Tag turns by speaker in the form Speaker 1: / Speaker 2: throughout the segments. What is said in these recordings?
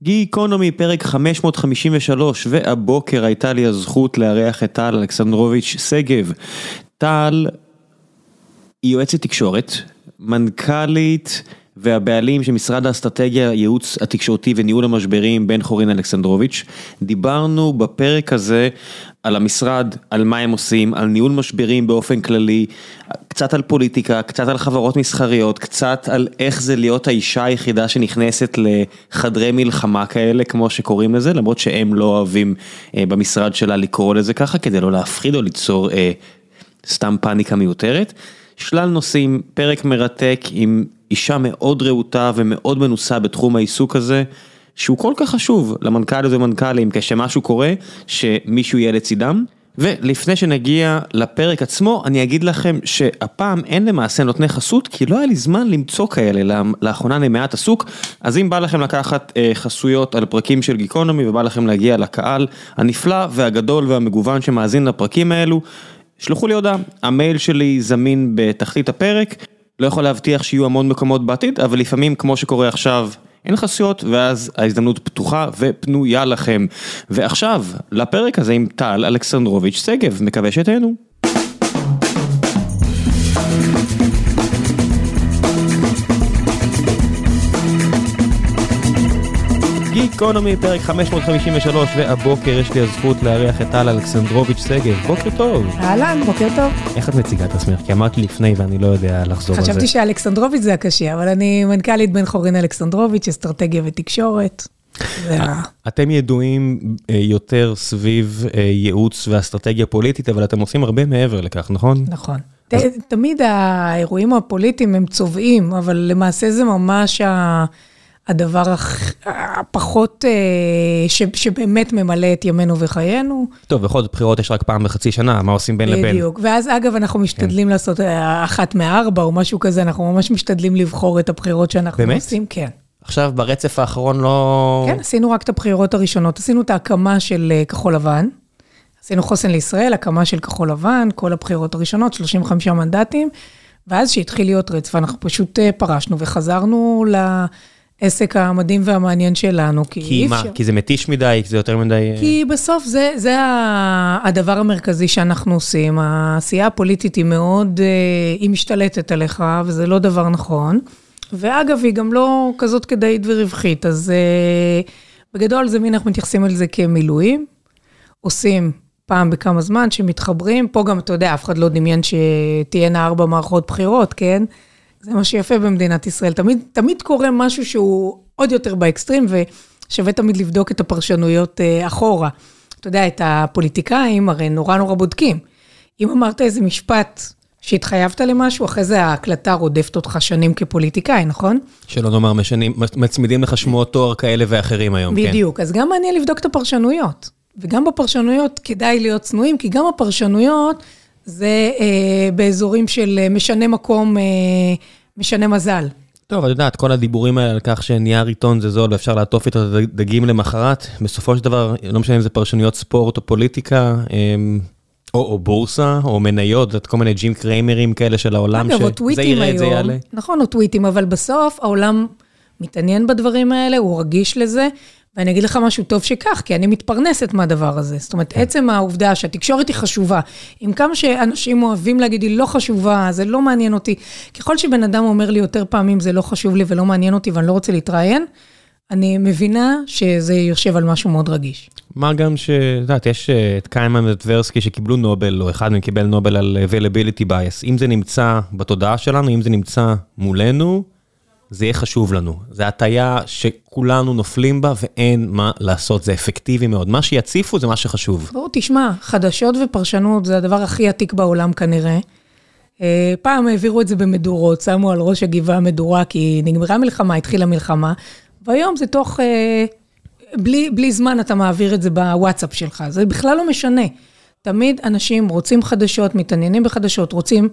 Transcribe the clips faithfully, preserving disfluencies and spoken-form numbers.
Speaker 1: גיקונומי, פרק חמש מאות חמישים ושלוש, והבוקר הייתה לי הזכות לארח את טל אלכסנדרוביץ' שגב. טל היא יועצת תקשורת, מנכ"לית והבעלים של משרד האסטרטגיה, הייעוץ התקשורתי וניהול המשברים בן חורין אלכסנדרוביץ'. דיברנו בפרק הזה על המשרד, על מה הם עושים, על ניהול משברים באופן כללי, קצת על פוליטיקה, קצת על חברות מסחריות, קצת על איך זה להיות האישה היחידה שנכנסת לחדרי מלחמה כאלה, כמו שקוראים לזה, למרות שהם לא אוהבים אה, במשרד שלה לקרוא לזה ככה, כדי לא להפחיד או ליצור אה, סתם פאניקה מיותרת. שלל נושאים, פרק מרתק עם אישה מאוד רעותה ומאוד מנוסה בתחום העיסוק הזה, שהוא כל כך חשוב למנכ"ל ומנכ"לים, כשמשהו קורה, שמישהו יהיה לצידם. ולפני שנגיע לפרק עצמו, אני אגיד לכם שהפעם אין למעשה נותני חסות, כי לא היה לי זמן למצוא כאלה, לאחרונה אני מעט עסוק, אז אם בא לכם לקחת חסויות על פרקים של גיקונומי, ובא לכם להגיע לקהל הנפלא והגדול והמגוון שמאזין לפרקים האלו, שלחו לי הודעה, המייל שלי זמין בתחתית הפרק, לא יכול להבטיח שיהיו המון מקומות בעתיד, אבל לפעמים כמו שקורה עכשיו, אין חסויות, ואז ההזדמנות פתוחה ופנויה לכם. ועכשיו, לפרק הזה עם טל אלכסנדרוביץ' שגב, מקווה שתהנו. גיקונומי, פרק חמש מאות חמישים ושלוש, והבוקר יש לי הזכות לארח את טל אלכסנדרוביץ' שגב. בוקר טוב.
Speaker 2: אהלן, בוקר טוב.
Speaker 1: איך את מציגה את עצמך? כי אמרת לפני ואני לא יודע לחזור על זה.
Speaker 2: חשבתי שאלכסנדרוביץ' זה הקשה, אבל אני מנכ"לית בן חורין אלכסנדרוביץ', אסטרטגיה ותקשורת.
Speaker 1: אתם ידועים יותר סביב ייעוץ ואסטרטגיה פוליטית, אבל אתם עושים הרבה מעבר לכך, נכון?
Speaker 2: נכון. תמיד האירועים הפוליטיים הם צובעים, אבל למעשה זה ממש ה... הדבר הפחות שבאמת ממלא את ימינו וחיינו.
Speaker 1: טוב, בכל זאת בחירות יש רק פעם בחצי שנה, מה עושים בין לבין?
Speaker 2: בדיוק, ואז אגב אנחנו משתדלים לעשות אחת מארבע או משהו כזה, אנחנו ממש משתדלים לבחור את הבחירות שאנחנו עושים. כן.
Speaker 1: עכשיו ברצף האחרון לא...
Speaker 2: כן, עשינו רק את הבחירות הראשונות, עשינו את ההקמה של כחול לבן, עשינו חוסן לישראל, הקמה של כחול לבן, כל הבחירות הראשונות, שלושים וחמישה מנדטים, ואז שהתחיל להיות רצף, אנחנו פשוט פרשנו וחזרנו ל... עסק המדהים והמעניין שלנו. כי,
Speaker 1: כי מה? כי זה מתיש מדי, כי זה יותר מדי...
Speaker 2: כי בסוף זה, זה הדבר המרכזי שאנחנו עושים. העשייה הפוליטית היא מאוד, היא משתלטת עליך, וזה לא דבר נכון. ואגב, היא גם לא כזאת כדאית ורווחית. אז בגדול זה מין אנחנו מתייחסים על זה כמילואים. עושים פעם בכמה זמן שמתחברים. פה גם, אתה יודע, אף אחד לא דמיין שתהיינה ארבע מערכות בחירות, כן? זה מה שיפה במדינת ישראל. תמיד, תמיד קורה משהו שהוא עוד יותר באקסטרים, ושווה תמיד לבדוק את הפרשנויות אחורה. אתה יודע, את הפוליטיקאים, הרי נורא נורא בודקים. אם אמרת איזה משפט שהתחייבת למשהו, אחרי זה ההקלטה רודפת אותך שנים כפוליטיקאי, נכון?
Speaker 1: שלא נאמר משנים, מצמידים לך שמות תואר כאלה ואחרים היום,
Speaker 2: בדיוק, כן. בדיוק, אז גם מעניין לבדוק את הפרשנויות. וגם בפרשנויות כדאי להיות צנועים, כי גם הפרשנויות... זה אה, באזורים של משנה מקום, אה, משנה מזל.
Speaker 1: טוב, את יודעת, כל הדיבורים האלה על כך שנייר עיתון זה זול, ואפשר לעטוף את הדגים למחרת, בסופו של דבר, לא משנה אם זה פרשנויות ספורט או פוליטיקה, אה, או, או בורסה, או מניות, את כל מיני ג'ים קריימרים כאלה של העולם, שזה יראה את זה יעלה.
Speaker 2: נכון, או טוויטים, אבל בסוף העולם מתעניין בדברים האלה, הוא רגיש לזה, ואני אגיד לך משהו טוב שכך, כי אני מתפרנסת מהדבר הזה. זאת אומרת, עצם העובדה שהתקשורת היא חשובה, עם כמה שאנשים אוהבים להגיד, היא לא חשובה, זה לא מעניין אותי. ככל שבן אדם אומר לי יותר פעמים, זה לא חשוב לי ולא מעניין אותי, ואני לא רוצה להתראיין, אני מבינה שזה יושב על משהו מאוד רגיש.
Speaker 1: מה גם ש... יודעת, יש את קיימן וטברסקי שקיבלו נובל, או אחד מהם קיבל נובל על availability bias. אם זה נמצא בתודעה שלנו, אם זה נמצא מולנו, זה יהיה חשוב לנו. זה הטיה שכולנו נופלים בה, ואין מה לעשות. זה אפקטיבי מאוד. מה שיציפו זה מה שחשוב.
Speaker 2: בואו, תשמע, חדשות ופרשנות זה הדבר הכי עתיק בעולם כנראה. פעם העבירו את זה במדורות, שמו על ראש הגבעה מדורה, כי נגמרה מלחמה, התחילה מלחמה, והיום זה תוך, בלי, בלי זמן אתה מעביר את זה בוואטסאפ שלך. זה בכלל לא משנה. תמיד אנשים רוצים חדשות, מתעניינים בחדשות, רוצים...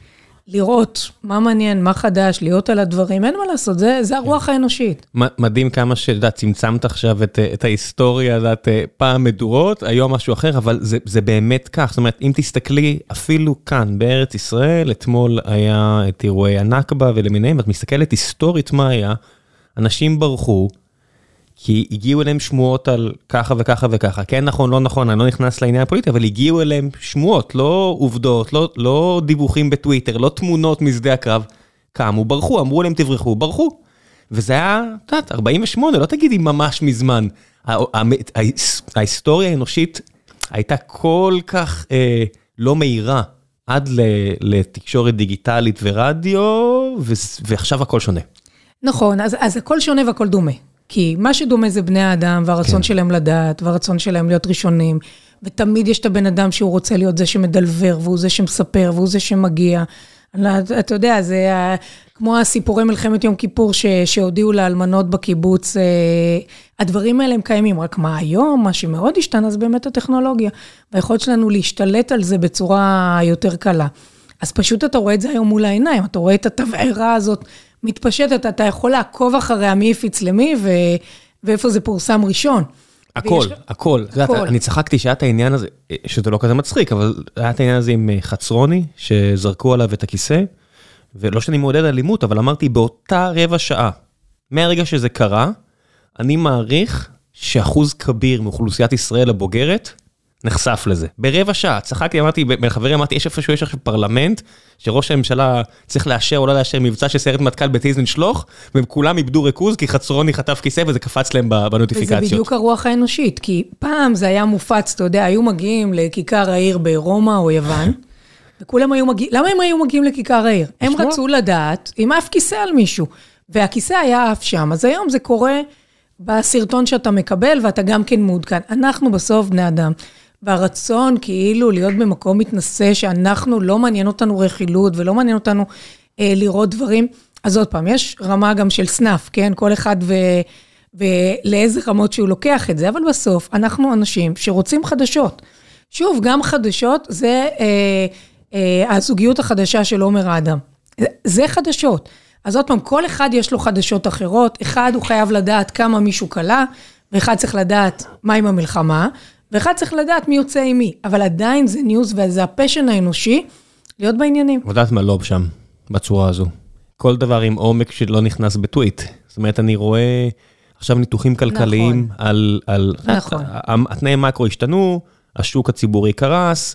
Speaker 2: לראות מה מעניין, מה חדש, להיות על הדברים, אין מה לעשות, זה, זה הרוח האנושית.
Speaker 1: מדהים כמה שדעת, צמצמת עכשיו את, את ההיסטוריה, דעת, פעם מדורות, היום משהו אחר, אבל זה, זה באמת כך, זאת אומרת, אם תסתכלי, אפילו כאן, בארץ ישראל, אתמול היה את אירועי הנכבה ולמיניהם, את מסתכלת היסטורית מה היה, אנשים ברחו,
Speaker 3: כי הגיעו אליהם שמועות על ככה וככה וככה, כן נכון, לא נכון, אני לא נכנס לעניין הפוליטי, אבל הגיעו אליהם שמועות, לא עובדות, לא, לא דיווחים בטוויטר, לא תמונות משדה הקרב, קמו, ברחו, אמרו להם תברחו, ברחו. וזה היה, את יודעת, ארבעים ושמונה, לא תגידי ממש מזמן. ההיסטוריה האנושית הייתה כל כך אה, לא מהירה, עד לתקשורת דיגיטלית ורדיו, ועכשיו הכל שונה.
Speaker 2: נכון, אז, אז הכל שונה והכל דומה. כי מה שדומה זה בני האדם, והרצון כן. שלהם לדעת, והרצון שלהם להיות ראשונים, ותמיד יש את הבן אדם שהוא רוצה להיות זה שמדלבר, והוא זה שמספר, והוא זה שמגיע. אתה יודע, זה כמו הסיפורי מלחמת יום כיפור, ש, שהודיעו לאלמנות בקיבוץ, הדברים האלה הם קיימים, רק מה היום, מה שמאוד השתנה, זה באמת הטכנולוגיה, והיכולת שלנו להשתלט על זה בצורה יותר קלה. אז פשוט אתה רואה את זה היום מול העיניים, אתה רואה את התבערה הזאת, מתפשטת, אתה יכול לעקוב אחריה מי הפיץ למי, ו... ואיפה זה פורסם ראשון.
Speaker 3: הכל, ויש... הכל. הכל. אני צחקתי שהיה את העניין הזה, שזה לא כזה מצחיק, אבל היה את העניין הזה עם חצרוני, שזרקו עליו את הכיסא, ולא שאני מעודד אלימות, אבל אמרתי, באותה רבע שעה, מהרגע שזה קרה, אני מעריך שאחוז כביר מאוכלוסיית ישראל הבוגרת, נחשף לזה. ברבע שעה, צחקתי, אמרתי, לחברים אמרתי, יש איפשהו, יש עכשיו פרלמנט, שראש הממשלה צריך לאשר או לא לאשר מבצע של סיירת מטכ"ל בטיזן שלוח, והם כולם איבדו ריכוז, כי חצרוני חטף כיסא, וזה קפץ להם בנוטיפיקציות.
Speaker 2: וזה בדיוק הרוח האנושית, כי פעם זה היה מופץ, אתה יודע, היו מגיעים לכיכר העיר ברומא או יוון, וכולם היו מגיעים, למה הם היו מגיעים לכיכר העיר? הם רצו לדעת אם אף כיסא על מישהו, והכיסא היה אף שם, אז היום זה קורה בסרטון שאתה מקבל, ואתה גם כן מעודכן. אנחנו בסוף בני אדם. והרצון כאילו להיות במקום מתנשא, שאנחנו לא מעניין אותנו רכילות, ולא מעניין אותנו אה, לראות דברים. אז עוד פעם, יש רמה גם של סנף, כן? כל אחד ו, ולאיזה רמות שהוא לוקח את זה, אבל בסוף אנחנו אנשים שרוצים חדשות. שוב, גם חדשות, זה אה, אה, הזוגיות החדשה של עומר האדם. זה חדשות. אז עוד פעם, כל אחד יש לו חדשות אחרות, אחד הוא חייב לדעת כמה מישהו קלה, ואחד צריך לדעת מה עם המלחמה, ואחד צריך לדעת מי יוצא עם מי, אבל עדיין זה ניוז, וזה הפשן האנושי, להיות בעניינים.
Speaker 3: יודעת מה לא שם, בצורה הזו. כל דבר עם עומק שלא נכנס בטוויט. זאת אומרת, אני רואה עכשיו ניתוחים כלכליים נכון. על, על...
Speaker 2: נכון.
Speaker 3: התנאי מקרו השתנו, השוק הציבורי קרס,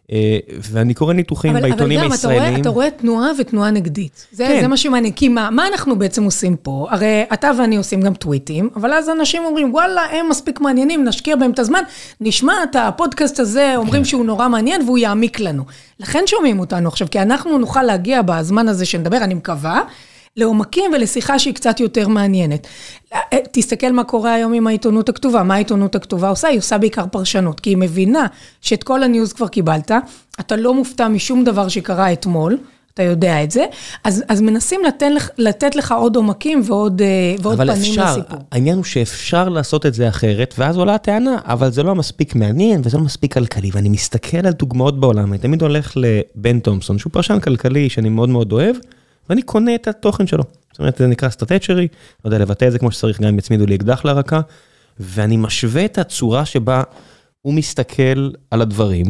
Speaker 3: ואני קורא ניתוחים אבל, בעיתונים אבל גם, הישראלים.
Speaker 2: אתה רואה, אתה רואה תנועה ותנועה נגדית. זה, כן. זה מה שמעניין, כי מה, מה אנחנו בעצם עושים פה? הרי אתה ואני עושים גם טוויטים, אבל אז אנשים אומרים, וואלה, הם מספיק מעניינים, נשקיע בהם את הזמן, נשמע את הפודקאסט הזה, אומרים כן. שהוא נורא מעניין, והוא יעמיק לנו. לכן שומעים אותנו עכשיו, כי אנחנו נוכל להגיע בזמן הזה שנדבר, אני מקווה, לעומקים ולשיחה שהיא קצת יותר מעניינת. תסתכל מה קורה היום עם העיתונות הכתובה, מה העיתונות הכתובה עושה? היא עושה בעיקר פרשנות, כי היא מבינה שאת כל הניוז כבר קיבלת, אתה לא מופתע משום דבר שקרה אתמול, אתה יודע את זה, אז, אז מנסים לתת, לתת לך עוד עומקים ועוד, ועוד פנים
Speaker 3: אפשר,
Speaker 2: לסיפור.
Speaker 3: אבל אפשר, העניין הוא שאפשר לעשות את זה אחרת, ואז עולה הטענה, אבל זה לא מספיק מעניין, וזה לא מספיק כלכלי, ואני מסתכל על דוגמאות בעולם, אני תמיד הולך לבן תומפסון, שהוא פרשן כלכלי שאני מאוד מאוד אוהב, ואני קונה את התוכן שלו. זאת אומרת, זה נקרא סטאטצ'רי, לא יודע לבטא את זה כמו שצריך, גם אם יצמידו לי אקדח לרקה, ואני משווה את הצורה שבה הוא מסתכל על הדברים,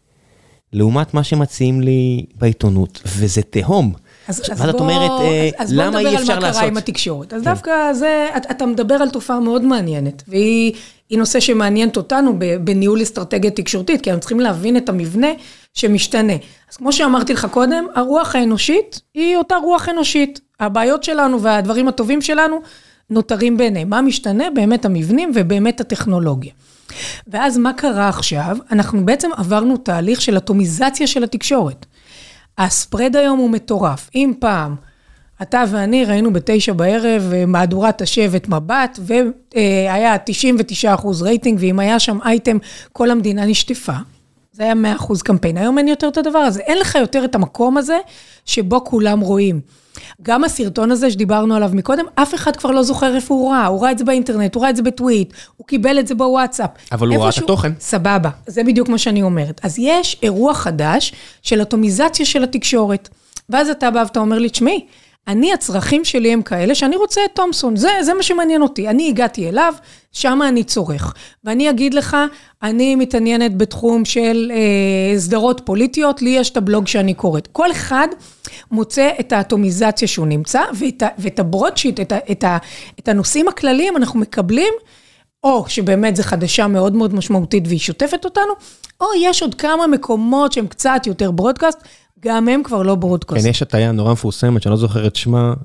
Speaker 3: לעומת מה שמציעים לי בעיתונות, וזה תהום.
Speaker 2: אז, אז בוא, אומרת, אז, אז למה אי אפשר לעשות? אז בוא נדבר על מה קרה עם התקשורת. אז כן. דווקא זה, אתה, אתה מדבר על תופעה מאוד מעניינת, והיא היא נושא שמעניינת אותנו בניהול אסטרטגיה תקשורתית, כי אנחנו צריכים להבין את המבנה שמשתנה. אז כמו שאמרתי לך קודם, הרוח האנושית היא אותה רוח אנושית. הבעיות שלנו והדברים הטובים שלנו נותרים ביניהם. מה משתנה? באמת המבנים ובאמת הטכנולוגיה. ואז מה קרה עכשיו? אנחנו בעצם עברנו תהליך של אטומיזציה של התקשורת. הספרד היום הוא מטורף. אם פעם אתה ואני ראינו בתשע בערב מהדורת השבט מבט, והיה תשעים ותשעה אחוז רייטינג, ואם היה שם אייטם, כל המדינה נשטפה. זה היה מאה אחוז קמפיין. היום אין יותר את הדבר הזה. אין לך יותר את המקום הזה, שבו כולם רואים. גם הסרטון הזה שדיברנו עליו מקודם, אף אחד כבר לא זוכר איפה הוא ראה. הוא ראה את זה באינטרנט, הוא ראה את זה בטוויט, הוא קיבל את זה בוואטסאפ.
Speaker 3: אבל הוא ראה את התוכן.
Speaker 2: סבבה. זה בדיוק מה שאני אומרת. אז יש אירוע חדש של אטומיזציה של התקשורת. ואז אתה בא ואתה אומר לי, תשמעי, אני, הצרכים שלי הם כאלה, שאני רוצה את תומסון, זה, זה מה שמעניין אותי. אני הגעתי אליו, שם אני צורך. ואני אגיד לך, אני מתעניינת בתחום של אה, סדרות פוליטיות, לי יש את הבלוג שאני קוראת. כל אחד מוצא את האטומיזציה שהוא נמצא, ואת, ואת הברודשיט, את, את, את הנושאים הכלליים אנחנו מקבלים, או שבאמת זה חדשה מאוד מאוד משמעותית והיא שוטפת אותנו, או יש עוד כמה מקומות שהם קצת יותר ברודקאסט, גם הם כבר לא ברודקאסט.
Speaker 3: כן, יש הטעיה נורא מפורסמת, שאני לא זוכר את שמה,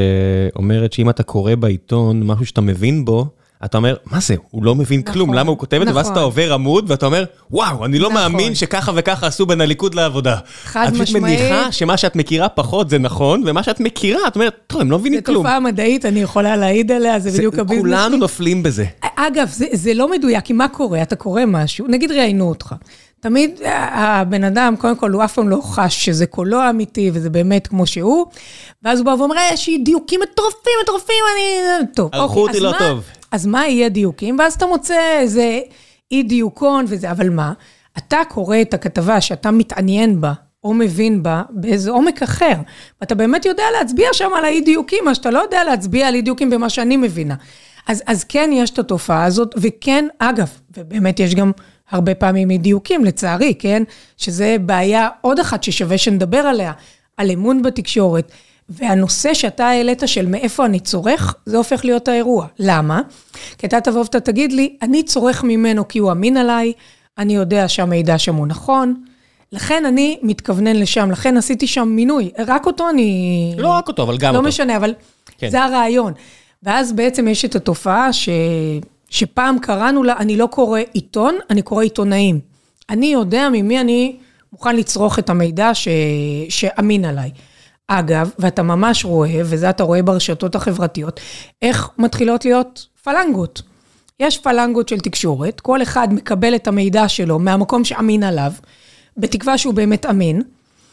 Speaker 3: שאומרת שאם אתה קורא בעיתון משהו שאתה מבין בו, אתה אומר, מה זה? הוא לא מבין נכון, כלום, למה הוא כותב את זה? ואז אתה עובר עמוד, ואתה אומר, וואו, אני לא נכון. מאמין שככה וככה עשו בין הליכוד לעבודה.
Speaker 2: חד משמעית.
Speaker 3: את פשוט מניחה שמה שאת מכירה פחות זה נכון, ומה שאת מכירה, את אומרת, טוב, הם לא מבינים כלום.
Speaker 2: זה תופעה מדעית, אני יכולה להעיד עליה, זה, זה בדיוק הביזנס.
Speaker 3: כולנו נופלים בזה.
Speaker 2: אגב, זה, זה לא מדויק, כי מה קורה? אתה קורא משהו, נגיד ראיינו אותך. תמיד הבן אדם, קודם כל, הוא אף פעם לא חש שזה קולו אמיתי, וזה באמת כמו שהוא, ואז הוא בא ואומר, יש לי דיוקים מטורפים, מטורפים, אני... טוב,
Speaker 3: ערכו אותי לא טוב.
Speaker 2: אז מה יהיה דיוקים? ואז אתה מוצא איזה אי דיוקון וזה, אבל מה? אתה קורא את הכתבה שאתה מתעניין בה, או מבין בה, באיזה עומק אחר, ואתה באמת יודע להצביע שם על האי דיוקים, מה שאתה לא יודע להצביע על אי דיוקים במה שאני מבינה. אז, אז כן יש את התופעה הזאת, וכן, אגב, ובאמת יש גם הרבה פעמים אי דיוקים, לצערי, כן? שזה בעיה עוד אחת ששווה שנדבר עליה, על אמון בתקשורת, והנושא שאתה העלית של מאיפה אני צורך, זה הופך להיות האירוע. למה? כי אתה תבוא ואתה תגיד לי, אני צורך ממנו כי הוא אמין עליי, אני יודע שהמידע שם הוא נכון, לכן אני מתכוונן לשם, לכן עשיתי שם מינוי, רק אותו אני...
Speaker 3: לא רק אותו, אבל גם
Speaker 2: לא
Speaker 3: אותו.
Speaker 2: לא משנה, אבל כן. זה הרעיון. ואז בעצם יש את התופעה ש... שפעם קראנו לה, אני לא קורא עיתון, אני קורא עיתונאים. אני יודע ממי אני מוכן לצרוך את המידע ש... שאמין עליי. אגב, ואתה ממש רואה, וזה אתה רואה ברשתות החברתיות, איך מתחילות להיות פלנגות. יש פלנגות של תקשורת, כל אחד מקבל את המידע שלו מהמקום שאמין עליו, בתקווה שהוא באמת אמין,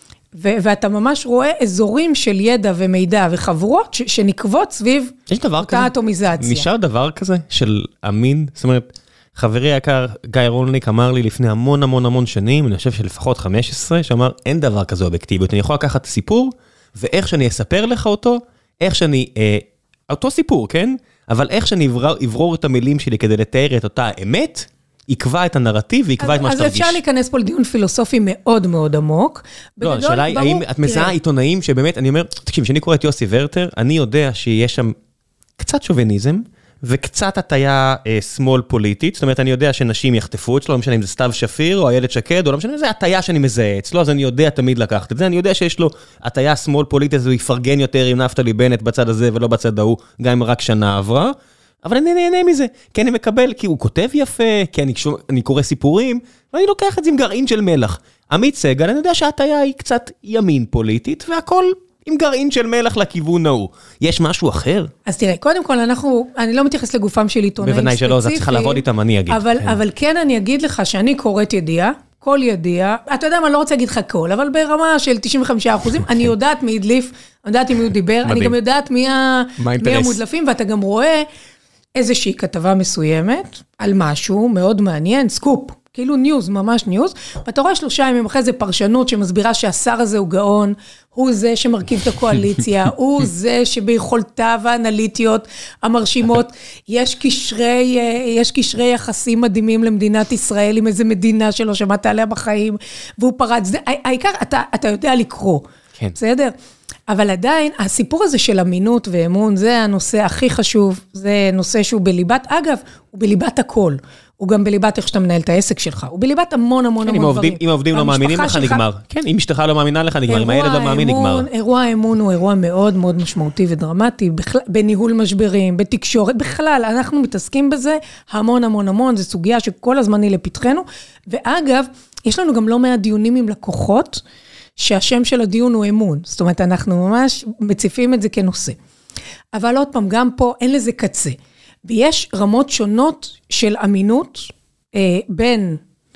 Speaker 2: ו- ואתה ממש רואה אזורים של ידע ומידע וחברות ש- שנקבות סביב אותה אטומיזציה.
Speaker 3: נשאר דבר כזה של אמין, זאת אומרת, חברי היקר גיא רולניק אמר לי לפני המון המון המון שנים, אני חושב שלפחות חמש עשרה, שאמר אין דבר כזה אובייקטיביות, אני יכול לקחת סיפור, ואיך שאני אספר לך אותו, איך שאני, אה, אותו סיפור, כן? אבל איך שאני אברור, אברור את המילים שלי כדי לתאר את אותה האמת, יקבע את הנרטיב ויקבע את מה שתרגיש.
Speaker 2: אז אפשר להיכנס פה לדיון פילוסופי מאוד מאוד עמוק.
Speaker 3: לא, השאלה היא, האם את מזהה עיתונאים שבאמת, אני אומר, תקשיב, כשאני קורא את יוסי ורטר, אני יודע שיש שם קצת שוביניזם, וקצת הטיה אה, שמאל פוליטית, זאת אומרת, אני יודע שנשים יחטפו אצלו, לא משנה אם זה סתיו שפיר, או איילת שקד, או לא משנה, זה הטיה שאני מזהה אצלו, אז אני יודע תמיד לקחת את זה, אני יודע שיש לו הטיה שמאל פוליטית, אז הוא יפרגן יותר עם נפתלי בנט בצד הזה, ולא בצד ההוא, גם אם רק שנה עברה, אבל אני נהנה מזה, כי אני מקבל, כי הוא כותב יפה, כי אני, אני קורא סיפורים, ואני לוקח את זה עם גרעין של מלח. עמית סגל, אני יודע שההטיה היא קצת ימין פוליטית, והכל עם גרעין של מלח לכיוון ההוא. יש משהו אחר?
Speaker 2: אז תראה, קודם כל אנחנו, אני לא מתייחס לגופם של עיתונאים ספציפיים.
Speaker 3: בוודאי שלא, אז את צריכה לעבוד איתם, אני אגיד.
Speaker 2: אבל, כן. אבל כן אני אגיד לך שאני קוראת ידיעה, כל ידיעה, אתה יודע מה, אני לא רוצה להגיד לך כל, אבל ברמה של תשעים וחמישה אחוזים, אני יודעת מי הדליף, אני יודעת מי הוא דיבר, אני גם יודעת מי, מי המודלפים, ואתה גם רואה איזושהי כתבה מסוימת על משהו מאוד מעניין, סקופ, כאילו ניוז, ממש ניוז, ואתה רואה שלושה ימים אחרי זה פרשנות שמסבירה שהשר הזה הוא גאון, הוא זה שמרכיב את הקואליציה, הוא זה שביכולתיו האנליטיות המרשימות, יש קשרי, יש קשרי יחסים מדהימים למדינת ישראל, עם איזה מדינה שלא שמעת עליה בחיים, והוא פרץ, העיקר, אתה, אתה יודע לקרוא,
Speaker 3: כן.
Speaker 2: בסדר? אבל עדיין, הסיפור הזה של אמינות ואמון, זה הנושא הכי חשוב, זה נושא שהוא בליבת, אגב, הוא בליבת הכל, הוא גם בליבת איך שאתה מנהל את העסק שלך, הוא בליבת המון המון המון דברים.
Speaker 3: אם העובדים לא מאמינים לך, נגמר. כן, אם אשתך לא מאמינה לך, נגמר. אם הילד לא מאמין, נגמר.
Speaker 2: אירוע האמון הוא אירוע מאוד מאוד משמעותי ודרמטי, בניהול משברים, בתקשורת, בכלל, אנחנו מתעסקים בזה המון המון המון, זו סוגיה שכל הזמן היא לפתחנו, ואגב, יש לנו גם לא מעט דיונים עם לקוחות, שהשם של הדיון הוא אמון, זאת אומרת, אנחנו ממש מציפים את זה כנושא. אבל עוד פעם, גם פה אין לזה קצה. ויש רמות שונות של אמינות, אה, בין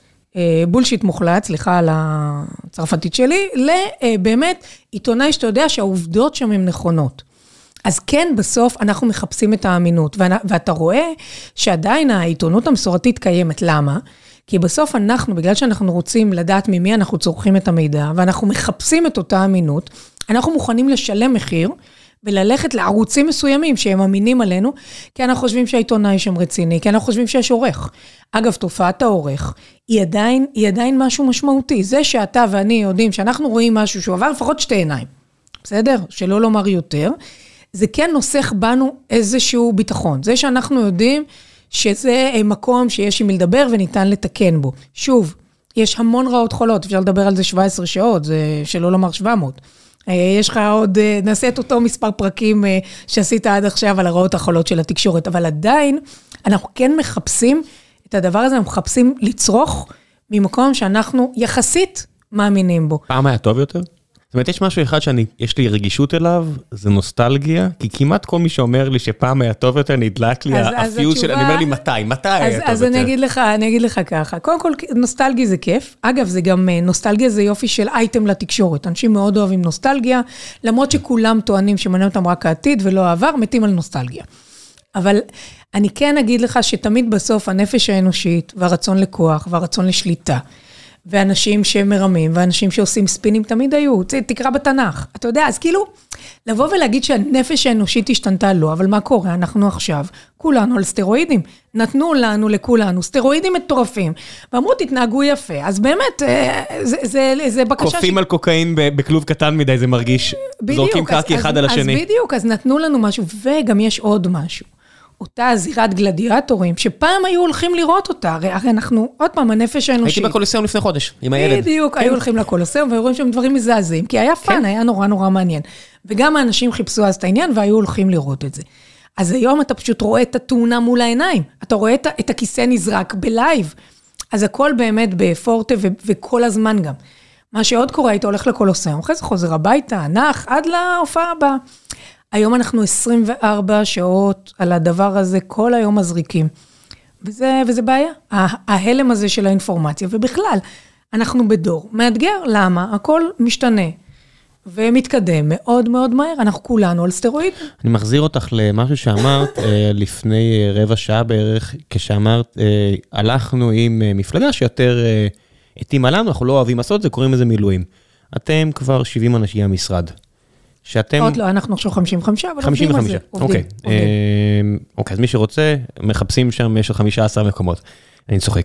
Speaker 2: אה, בולשיט מוחלט, סליחה על הצרפתית שלי, לבאמת עיתונאי שאתה יודע שהעובדות שם הן נכונות. אז כן, בסוף אנחנו מחפשים את האמינות, ואתה רואה שעדיין העיתונות המסורתית קיימת. למה? כי בסוף אנחנו, בגלל שאנחנו רוצים לדעת ממי אנחנו צורכים את המידע, ואנחנו מחפשים את אותה אמינות, אנחנו מוכנים לשלם מחיר, וללכת לערוצים מסוימים שהם אמינים עלינו, כי אנחנו חושבים שהעיתונאי שם רציני, כי אנחנו חושבים שיש עורך. אגב, תופעת העורך, היא עדיין, היא עדיין משהו משמעותי. זה שאתה ואני יודעים שאנחנו רואים משהו שהוא עבר לפחות שתי עיניים, בסדר? שלא לומר יותר, זה כן נוסח בנו איזשהו ביטחון. זה שאנחנו יודעים שזה מקום שיש עם לדבר וניתן לתקן בו. שוב, יש המון רעות חולות, אפשר לדבר על זה שבע עשרה שעות, זה שלא לומר שבע מאות. יש לך עוד, נעשה את אותו מספר פרקים שעשית עד עכשיו על הרעות החולות של התקשורת, אבל עדיין אנחנו כן מחפשים את הדבר הזה, אנחנו מחפשים לצרוך ממקום שאנחנו יחסית מאמינים בו.
Speaker 3: פעם היה טוב יותר? זאת אומרת, יש משהו אחד שיש לי רגישות אליו, זה נוסטלגיה, כי כמעט כל מי שאומר לי שפעם היה טוב יותר, נדלק לי הפיוז של, אני אומר לי מתי, מתי היה טוב יותר?
Speaker 2: אז אני אגיד לך, אני אגיד לך ככה, קודם כל נוסטלגיה זה כיף, אגב זה גם, נוסטלגיה זה יופי של אייטם לתקשורת, אנשים מאוד אוהבים נוסטלגיה, למרות שכולם טוענים שמעניין אותם רק העתיד ולא העבר, מתים על נוסטלגיה. אבל אני כן אגיד לך שתמיד בסוף הנפש האנושית, והרצון לכוח, והרצון לשליטה, ואנשים שמרמים, ואנשים שעושים ספינים תמיד היו, תקרא בתנ"ך, אתה יודע, אז כאילו, לבוא ולהגיד שהנפש האנושית השתנתה לא, אבל מה קורה? אנחנו עכשיו, כולנו על סטרואידים, נתנו לנו לכולנו סטרואידים מטורפים, ואמרו תתנהגו יפה, אז באמת, זה, זה, זה בקשה...
Speaker 3: קופים ש... על קוקאין בכלוב קטן מדי, זה מרגיש, זורקים קרקי אחד על השני.
Speaker 2: אז בדיוק, אז נתנו לנו משהו, וגם יש עוד משהו. אותה זירת גלדיאטורים, שפעם היו הולכים לראות אותה, הרי, הרי אנחנו, עוד פעם, הנפש האנושית.
Speaker 3: הייתי בקולוסיאום לפני חודש, עם הילד.
Speaker 2: בדיוק, היו הולכים לקולוסיאום, והיו רואים שם דברים מזעזעים, כי היה פן, היה נורא נורא מעניין. וגם האנשים חיפשו אז את העניין, והיו הולכים לראות את זה. אז היום אתה פשוט רואה את התאונה מול העיניים, אתה רואה את, את הכיסא נזרק בלייב, אז הכל באמת בפורטה, ו, וכל הזמן גם. מה שעוד קורה, היית הולך לקולוסיאום, אחרי זה חוזר הביתה, נח, עד להופעה הבאה. היום אנחנו עשרים וארבע שעות על הדבר הזה, כל היום מזריקים. וזה, וזה בעיה. ההלם הזה של האינפורמציה, ובכלל, אנחנו בדור מאתגר. למה? הכל משתנה ומתקדם מאוד מאוד מהר. אנחנו כולנו על סטרואיד.
Speaker 3: אני מחזיר אותך למשהו שאמרת לפני רבע שעה בערך, כשאמרת, הלכנו עם מפלגה שיותר התאימה לנו, אנחנו לא אוהבים לעשות את זה, קוראים לזה מילואים. אתם כבר שבעים אנשים המשרד. שאתם...
Speaker 2: עוד לא, אנחנו עכשיו חמישים וחמש, אבל
Speaker 3: חמישים וחמש, אוקיי. אוקיי, אז מי שרוצה, מחפשים שם, יש חמישה עשר מקומות. אני צוחק.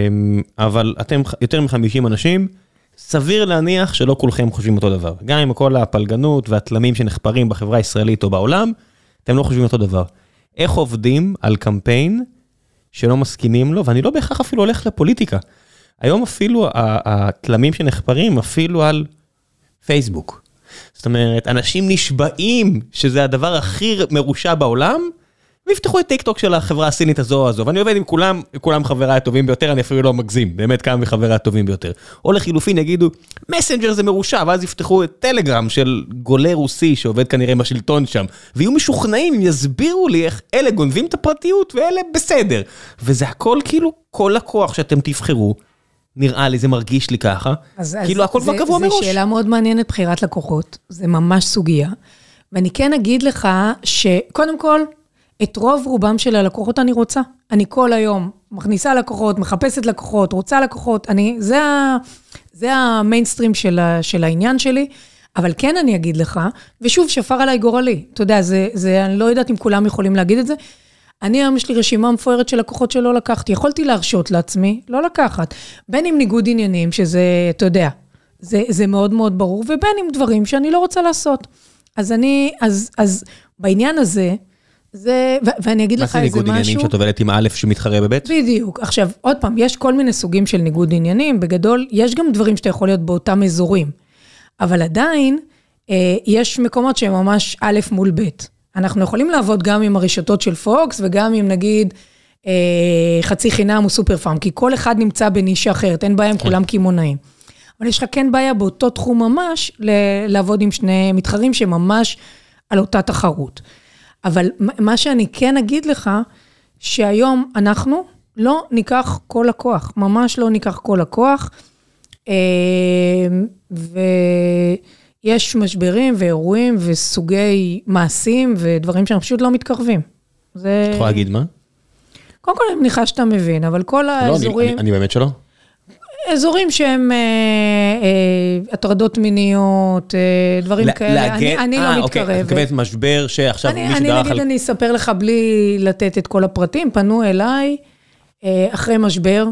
Speaker 3: אבל אתם יותר מ-חמישים אנשים, סביר להניח שלא כולכם חושבים אותו דבר. גם עם כל הפלגנות והתלמים שנחפרים בחברה הישראלית או בעולם, אתם לא חושבים אותו דבר. איך עובדים על קמפיין שלא מסכימים לו, ואני לא בהכרח אפילו הולך לפוליטיקה. היום אפילו התלמים שנחפרים, אפילו על פייסבוק. זאת אומרת, אנשים נשבעים שזה הדבר הכי מרושע בעולם, ויפתחו את טיק-טוק של החברה הסינית הזו או הזו, ואני עובד עם כולם, כולם חבריי הטובים ביותר, אני אפילו לא מגזים, באמת כמה מחבריי הטובים ביותר. או לחילופין יגידו, מסנג'ר זה מרושע, ואז יפתחו את טלגרם של גולה רוסי, שעובד כנראה בשלטון שם, ויהיו משוכנעים, יסבירו לי איך אלה גונבים את הפרטיות, ואלה בסדר. וזה הכל כאילו, כל הכוח שאתם תבחרו, נראה לי, זה מרגיש לי ככה, אז, כאילו אז הכל כבר קבוע מראש.
Speaker 2: זו שאלה מאוד מעניינת, בחירת לקוחות, זה ממש סוגיה, ואני כן אגיד לך, שקודם כל, את רוב רובם של הלקוחות אני רוצה, אני כל היום מכניסה לקוחות, מחפשת לקוחות, רוצה לקוחות, אני, זה, זה המיינסטרים של, של העניין שלי, אבל כן אני אגיד לך, ושוב שפר עליי גורלי, אתה יודע, זה, זה, אני לא יודעת אם כולם יכולים להגיד את זה, אני היום יש לי רשימה מפוארת של לקוחות שלא לקחתי, יכולתי להרשות לעצמי, לא לקחת, בין עם ניגוד עניינים, שזה, אתה יודע, זה, זה מאוד מאוד ברור, ובין עם דברים שאני לא רוצה לעשות. אז אני, אז, אז בעניין הזה, זה, ו- ואני אגיד לך איזה משהו. מה זה ניגוד עניינים
Speaker 3: שאת עובדת עם א' שמתחרה בבית?
Speaker 2: בדיוק. עכשיו, עוד פעם, יש כל מיני סוגים של ניגוד עניינים, בגדול, יש גם דברים שאתה יכול להיות באותם אזורים, אבל עדיין, אה, יש מקומות שהם ממש א' מול ב'. אנחנו יכולים לעבוד גם עם הרשתות של פוקס, וגם עם נגיד אה, חצי חינם או סופר פארם, כי כל אחד נמצא בנישה אחרת, אין בעיה עם כולם כימונאים. אבל יש לך כן בעיה באותו תחום ממש, ל- לעבוד עם שני מתחרים שממש על אותה תחרות. אבל מה שאני כן אגיד לך, שהיום אנחנו לא ניקח כל לקוח, ממש לא ניקח כל לקוח, אה, ו... יש משברים ואירועים וסוגי מעשים ודברים שהם פשוט לא מתקרבים. זה...
Speaker 3: את יכולה להגיד מה?
Speaker 2: קודם כל אני מניחה שאתה מבין, אבל כל האזורים...
Speaker 3: לא, אני, אני, אני באמת שלא.
Speaker 2: אזורים שהם הטרדות מיניות, דברים כאלה, אני לא מתקרבת.
Speaker 3: אוקיי, את מתכוונת משבר שעכשיו מישהו דרך על...
Speaker 2: אני נגיד, אני אספר לך בלי לתת את כל הפרטים, פנו אליי אחרי משבר,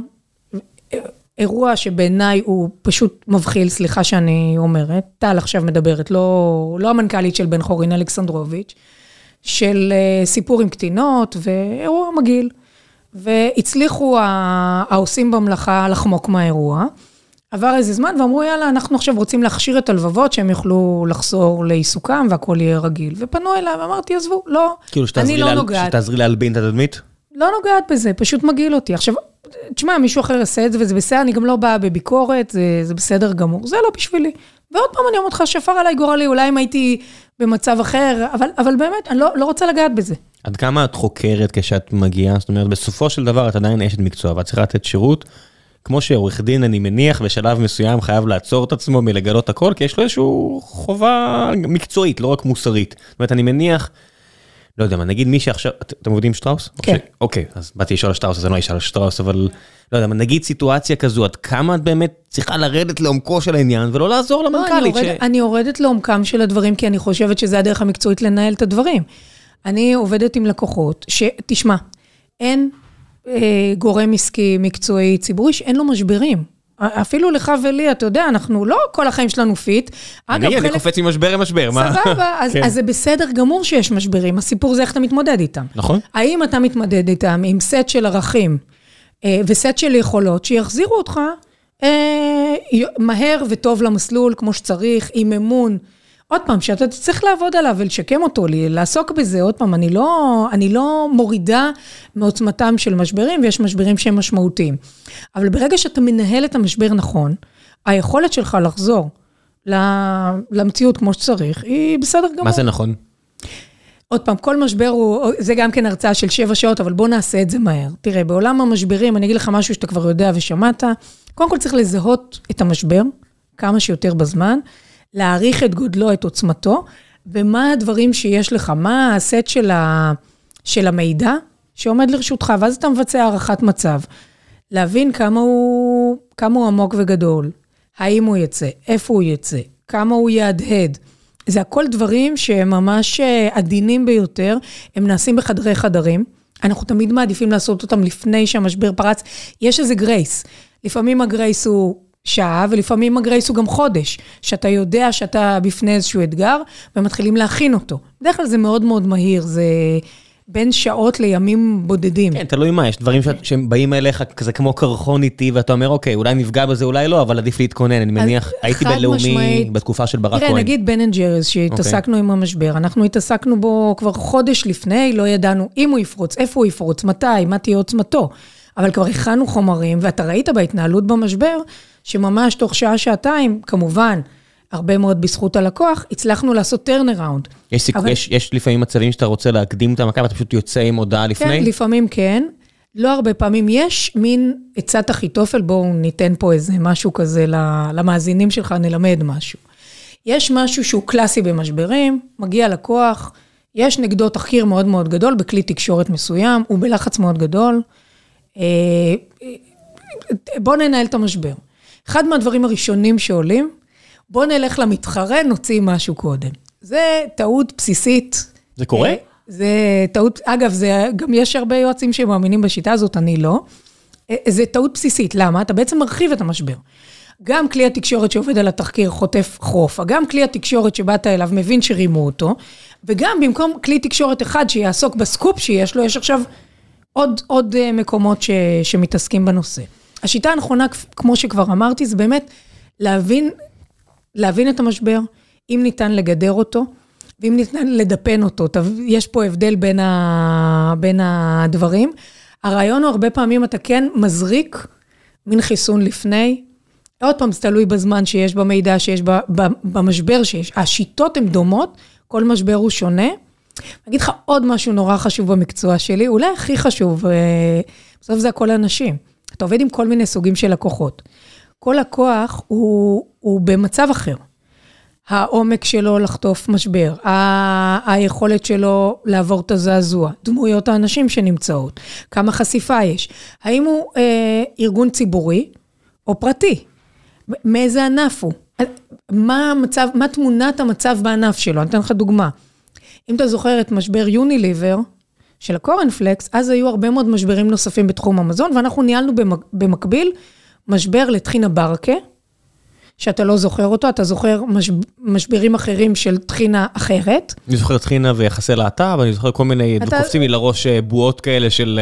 Speaker 2: אירוע שבעיניי הוא פשוט מבחיל, סליחה שאני אומרת, טל עכשיו מדברת, לא, לא המנכ"לית של בן חורין אלכסנדרוביץ', של סיפור עם קטינות, ואירוע מגעיל. והצליחו העושים במלאכה לחמוק מהאירוע. עבר איזה זמן ואמרו, יאללה, אנחנו עכשיו רוצים להכשיר את הלבבות, שהם יוכלו לחזור לעיסוקם, והכל יהיה רגיל. ופנו אליי, ואמרתי, עזבו, לא, אני לא נוגעת.
Speaker 3: שתעזרי להלבין את התדמית?
Speaker 2: לא נוגעת בזה, פשוט מגעיל אותי. עכשיו, תשמע, מישהו אחר יעשה את זה, וזה בסדר, אני גם לא באה בביקורת, זה, זה בסדר גמור, זה לא בשבילי. ועוד פעם אני אומרת לך, שפר עליי גורלי, אולי אם הייתי במצב אחר, אבל, אבל באמת, אני לא, לא רוצה לגעת בזה.
Speaker 3: עד כמה את חוקרת כשאת מגיעה? זאת אומרת, בסופו של דבר את עדיין אשת מקצוע, ואת צריכה לתת שירות, כמו שעורך דין, אני מניח, בשלב מסוים חייב לעצור את עצמו מלגלות הכל, כי יש לו איזושהי חובה מקצועית, לא רק מוסרית. זאת אומרת, אני מניח, לא יודע מה, נגיד מי שעכשיו, אתם עובדים שטראוס?
Speaker 2: כן.
Speaker 3: אוקיי, אז באתי לשאול על שטראוס, אז אני לא אשאל על שטראוס, אבל לא יודע, נגיד סיטואציה כזו, עד כמה את באמת צריכה לרדת לעומקו של העניין, ולא לעזור למנכ"לית?
Speaker 2: אני יורדת לעומקם של הדברים, כי אני חושבת שזה הדרך המקצועית לנהל את הדברים. אני עובדת עם לקוחות, שתשמע, אין אה, גורם עסקי, מקצועי, ציבורי, שאין לו משברים. אפילו לך ולי, אתה יודע, אנחנו לא כל החיים שלנו פיט.
Speaker 3: אני, אני חלק... קופץ עם משבר למשבר.
Speaker 2: סבבה, אז, כן. אז זה בסדר גמור שיש משברים. הסיפור זה איך אתה מתמודד איתם.
Speaker 3: נכון.
Speaker 2: האם אתה מתמודד איתם עם סט של ערכים, אה, וסט של יכולות, שיחזירו אותך אה, מהר וטוב למסלול, כמו שצריך, עם אמון, עוד פעם, שאתה צריך לעבוד עליו ולשקם אותו, לעסוק בזה, עוד פעם, אני לא, אני לא מורידה מעוצמתם של משברים, ויש משברים שהם משמעותיים. אבל ברגע שאתה מנהל את המשבר נכון, היכולת שלך לחזור למציאות כמו שצריך, היא בסדר גמור.
Speaker 3: מה זה נכון?
Speaker 2: עוד פעם, כל משבר הוא, זה גם כן הרצאה של שבע שעות, אבל בוא נעשה את זה מהר. תראה, בעולם המשברים, אני אגיד לך משהו שאתה כבר יודע ושמעת, קודם כל צריך לזהות את המשבר, כמה שיותר בזמן, להעריך את גודלו, את עוצמתו, ומה הדברים שיש לך, מה הסט של, ה, של המידע שעומד לרשותך, ואז אתה מבצע הערכת מצב, להבין כמה הוא, כמה הוא עמוק וגדול, האם הוא יצא, איפה הוא יצא, כמה הוא יעדהד, זה הכל דברים שהם ממש עדינים ביותר, הם נעשים בחדרי חדרים, אנחנו תמיד מעדיפים לעשות אותם לפני שהמשבר פרץ, יש איזה גרייס, לפעמים הגרייס הוא שעה, ולפעמים הגרייס הוא גם חודש, שאתה יודע שאתה בפני איזשהו אתגר, ומתחילים להכין אותו. בדרך כלל זה מאוד מאוד מהיר, זה בין שעות לימים בודדים.
Speaker 3: כן, תלוי מה, יש דברים שהם באים אליך, כזה כמו קרחון איתי, ואתה אומר, אוקיי, אולי נפגע בזה, אולי לא, אבל עדיף להתכונן, אני מניח, הייתי בלאומי בתקופה של ברק כהן.
Speaker 2: תראה, נגיד בן אנד ג'ריס, שהתעסקנו עם המשבר, אנחנו התעסקנו בו כבר חודש לפני, לא ידענו אם הוא יפרוץ, איפה הוא יפרוץ, מתי, מה תהיה עוצמתו. אבל כבר הכנו חומרים, ואתה ראית בהתנהלות במשבר, שממש תוך שעה, שעתיים, כמובן, הרבה מאוד בזכות הלקוח, הצלחנו לעשות טרנראונד.
Speaker 3: יש, אבל... יש, יש לפעמים מצבים שאתה רוצה להקדים את המכה, ואתה פשוט יוצא עם הודעה לפני?
Speaker 2: כן, לפעמים כן. לא הרבה פעמים. יש מין עצת אחיתופל, בואו ניתן פה איזה משהו כזה למאזינים שלך, נלמד משהו. יש משהו שהוא קלאסי במשברים, מגיע לקוח, יש נגדו תחקיר מאוד מאוד גדול, בכלי תקשורת מסוים, הוא בלחץ מאוד גדול. בואו ננהל את המשבר. אחד מהדברים הראשונים שעולים, בואו נלך למתחרה, נוציא משהו קודם. זה טעות בסיסית.
Speaker 3: זה קורה?
Speaker 2: זה טעות, אגב, זה, גם יש הרבה יועצים שמאמינים בשיטה הזאת, אני לא. זה טעות בסיסית, למה? אתה בעצם מרחיב את המשבר. גם כלי התקשורת שעובד על התחקיר חוטף חרוף, גם כלי התקשורת שבאת אליו מבין שרימו אותו, וגם במקום כלי תקשורת אחד שיעסוק בסקופ שיש לו, יש עכשיו עוד, עוד מקומות ש, שמתעסקים בנושא. השיטה הנכונה, כמו שכבר אמרתי, זה באמת להבין, להבין את המשבר, אם ניתן לגדר אותו, ואם ניתן לדפן אותו. יש פה הבדל בין, ה, בין הדברים. הרעיון הוא הרבה פעמים אתה כן מזריק מן חיסון לפני, עוד פעם זה תלוי בזמן שיש במידע, שיש במשבר שיש. השיטות הן דומות, כל משבר הוא שונה. אני אגיד לך עוד משהו נורא חשוב במקצוע שלי, אולי הכי חשוב, בסוף זה הכל אנשים. אתה עובד עם כל מיני סוגים של לקוחות. כל לקוח הוא, הוא במצב אחר. העומק שלו לחטוף משבר, ה- היכולת שלו לעבור את הזעזוע, דמויות האנשים שנמצאות, כמה חשיפה יש. האם הוא אה, ארגון ציבורי, או פרטי. מאיזה ענף הוא? מה המצב, מה תמונת המצב בענף שלו? אני אתן לך דוגמה. אם אתה זוכר את משבר יוניליבר של הקורנפלקס, אז היו הרבה מאוד משברים נוספים בתחום המזון, ואנחנו ניהלנו במקביל משבר לטחינה ברקה, שאתה לא זוכר אותו, אתה זוכר משברים אחרים של טחינה אחרת.
Speaker 3: אני זוכר טחינה ויחסי להט"ב, ואני זוכר כל מיני, קופצים לי לראש בועות כאלה של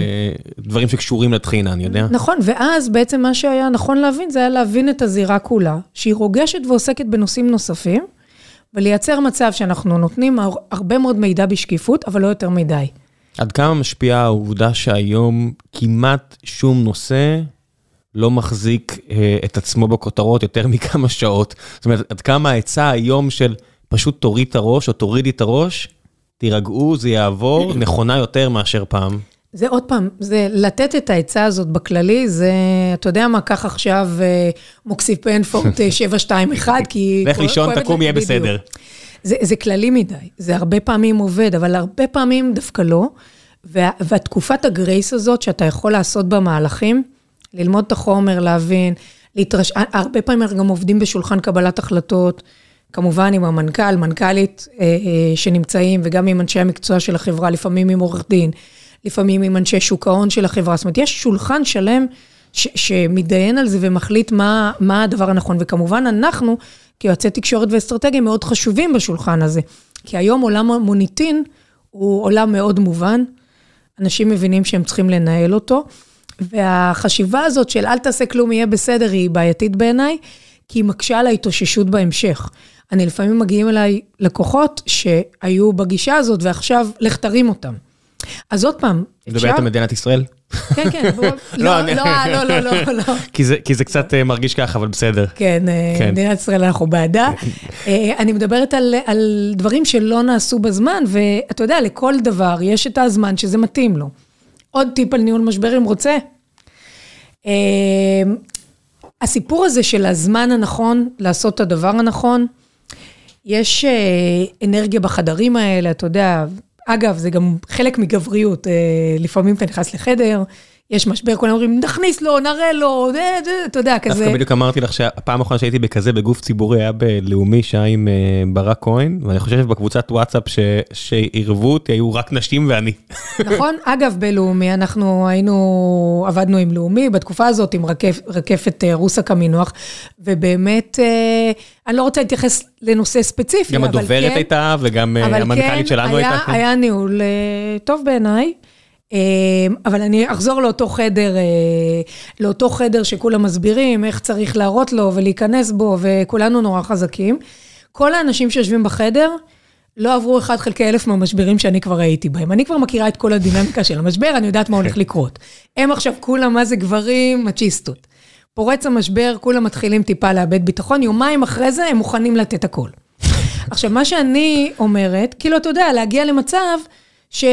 Speaker 3: דברים שקשורים לטחינה, אני יודע.
Speaker 2: נכון, ואז בעצם מה שהיה נכון להבין, זה היה להבין את הזירה כולה, שהיא רוגשת ועוסקת בנושאים נוספים, ולייצר מצב שאנחנו נותנים הרבה מאוד מידע בשקיפות, אבל לא יותר מדי.
Speaker 3: עד כמה משפיעה העובדה שהיום כמעט שום נושא לא מחזיק אה, את עצמו בכותרות יותר מכמה שעות. זאת אומרת, עד כמה העצה היום של פשוט תוריד את הראש, או תורידי את הראש, תירגעו, זה יעבור, נכונה יותר מאשר פעם.
Speaker 2: זה עוד פעם, זה לתת את העצה הזאת בכללי, זה, אתה יודע מה, כך עכשיו מוקסיפן פורט שבע שתיים אחת, כי...
Speaker 3: לך לישון, תקום, יהיה בסדר.
Speaker 2: זה, זה כללי מדי, זה הרבה פעמים עובד, אבל הרבה פעמים דווקא לא, וה, והתקופת הגרייס הזאת, שאתה יכול לעשות במהלכים, ללמוד את החומר, להבין, להתרש... הרבה פעמים אנחנו גם עובדים בשולחן קבלת החלטות, כמובן עם המנכ"ל, מנכ"לית אה, אה, שנמצאים, וגם עם אנשי המקצוע של החברה, לפעמים עם עורך דין, לפעמים עם אנשי שוק ההון של החברה, זאת אומרת, יש שולחן שלם ש- שמתדיין על זה ומחליט מה, מה הדבר הנכון, וכמובן אנחנו, כיועצי תקשורת ואסטרטגיה, מאוד חשובים בשולחן הזה, כי היום עולם המוניטין הוא עולם מאוד מובן, אנשים מבינים שהם צריכים לנהל אותו, והחשיבה הזאת של אל תעשה כלום יהיה בסדר, היא בעייתית בעיניי, כי היא מקשה על ההתאוששות בהמשך. אני לפעמים מגיעים אליי לקוחות שהיו בגישה הזאת, ועכשיו לך תרים אותם. אז עוד פעם,
Speaker 3: אפשר... מדברת על מדינת ישראל?
Speaker 2: כן, כן. לא, לא, לא, לא, לא.
Speaker 3: כי זה קצת מרגיש ככה, אבל בסדר.
Speaker 2: כן, מדינת ישראל אנחנו בעדה. אני מדברת על דברים שלא נעשו בזמן, ואתה יודע, לכל דבר יש את הזמן שזה מתאים לו. עוד טיפ על ניהול משברים רוצה. הסיפור הזה של הזמן הנכון, לעשות את הדבר הנכון, יש אנרגיה בחדרים האלה, אתה יודע, אגב, זה גם חלק מגבריות, לפעמים אתה נכנס לחדר, יש משבר, כולם אומרים, נכניס לו, נראה לו, אתה יודע, כזה.
Speaker 3: דווקא בדיוק אמרתי לך שהפעם האחרונה שהייתי בכזה בגוף ציבורי, היה בלאומי שהיה עם ברק כהן, ואני חושב שבקבוצת וואטסאפ שעירבו אותי, היו רק נשים ואני.
Speaker 2: נכון, אגב, בלאומי, אנחנו היינו, עבדנו עם לאומי, בתקופה הזאת עם רקפת רוסה קמינוח, ובאמת, אני לא רוצה להתייחס לנושא ספציפי,
Speaker 3: גם הדוברת הייתה, וגם המנכ"לית שלנו הייתה.
Speaker 2: אבל כן, היה ניהול טוב בעיניי, אבל אני אחזור לאותו חדר, לאותו חדר שכולם מסבירים איך צריך להראות לו ולהיכנס בו, וכולנו נורא חזקים. כל האנשים שיושבים בחדר לא עברו אחד חלקי אלף מהמשברים שאני כבר הייתי בהם. אני כבר מכירה את כל הדינמיקה של המשבר, אני יודעת מה הולך לקרות. הם עכשיו כולם, מה זה גברים, מצ'יסטות. פורץ המשבר, כולם מתחילים טיפה לאבד ביטחון, יומיים אחרי זה הם מוכנים לתת הכל. עכשיו, מה שאני אומרת, כאילו, אתה יודע, להגיע למצב ש...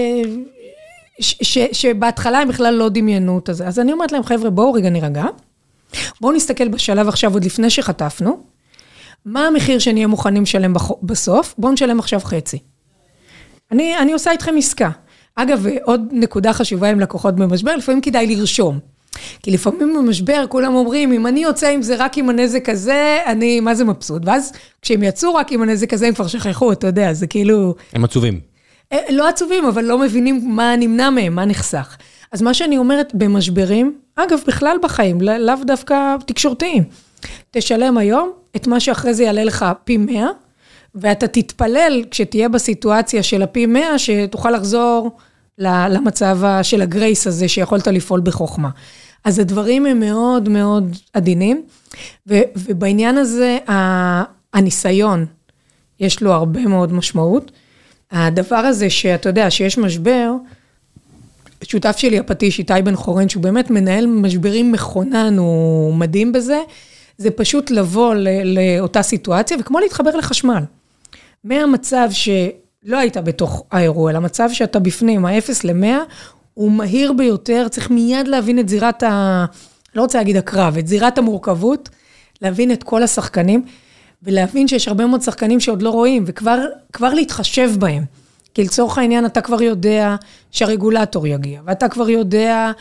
Speaker 2: ש, ש, שבהתחלה הם בכלל לא דמיינו את זה. אז אני אומרת להם, חבר'ה, בואו רגע נרגע, בואו נסתכל בשלב עכשיו, עוד לפני שחטפנו, מה המחיר שנהיה מוכנים לשלם בסוף, בואו נשלם עכשיו חצי. אני, אני עושה איתכם עסקה. אגב, עוד נקודה חשובה עם לקוחות במשבר, לפעמים כדאי לרשום. כי לפעמים במשבר כולם אומרים, אם אני יוצא עם זה רק עם הנזק הזה, אני, מה זה מבסוט? ואז כשהם יצאו רק עם הנזק הזה, הם כבר שכחו, אתה יודע, זה כאילו...
Speaker 3: הם עצובים.
Speaker 2: לא עצובים, אבל לא מבינים מה נמנע מהם, מה נחסך. אז מה שאני אומרת במשברים, אגב, בכלל בחיים, לאו דווקא תקשורתיים, תשלם היום את מה שאחרי זה יעלה לך פי מאה, ואתה תתפלל כשתהיה בסיטואציה של הפי מאה, שתוכל לחזור למצב של הגרייס הזה, שיכולת לפעול בחוכמה. אז הדברים הם מאוד מאוד עדינים, ובעניין הזה, הניסיון, יש לו הרבה מאוד משמעות, הדבר הזה שאתה יודע, שיש משבר, שותף שלי הפטיש, איתי בן חורן, שהוא באמת מנהל משברים מכונן, הוא מדהים בזה, זה פשוט לבוא לאותה סיטואציה, וכמו להתחבר לחשמל. מהמצב שלא היית בתוך האירוע, אלא המצב שאתה בפנים, ה-אפס למאה, הוא מהיר ביותר, צריך מיד להבין את זירת ה... לא רוצה להגיד הקרב, את זירת המורכבות, להבין את כל השחקנים, ולהבין שיש הרבה מאוד שחקנים שעוד לא רואים, וכבר כבר להתחשב בהם. כי לצורך העניין אתה כבר יודע שהרגולטור יגיע, ואתה כבר יודע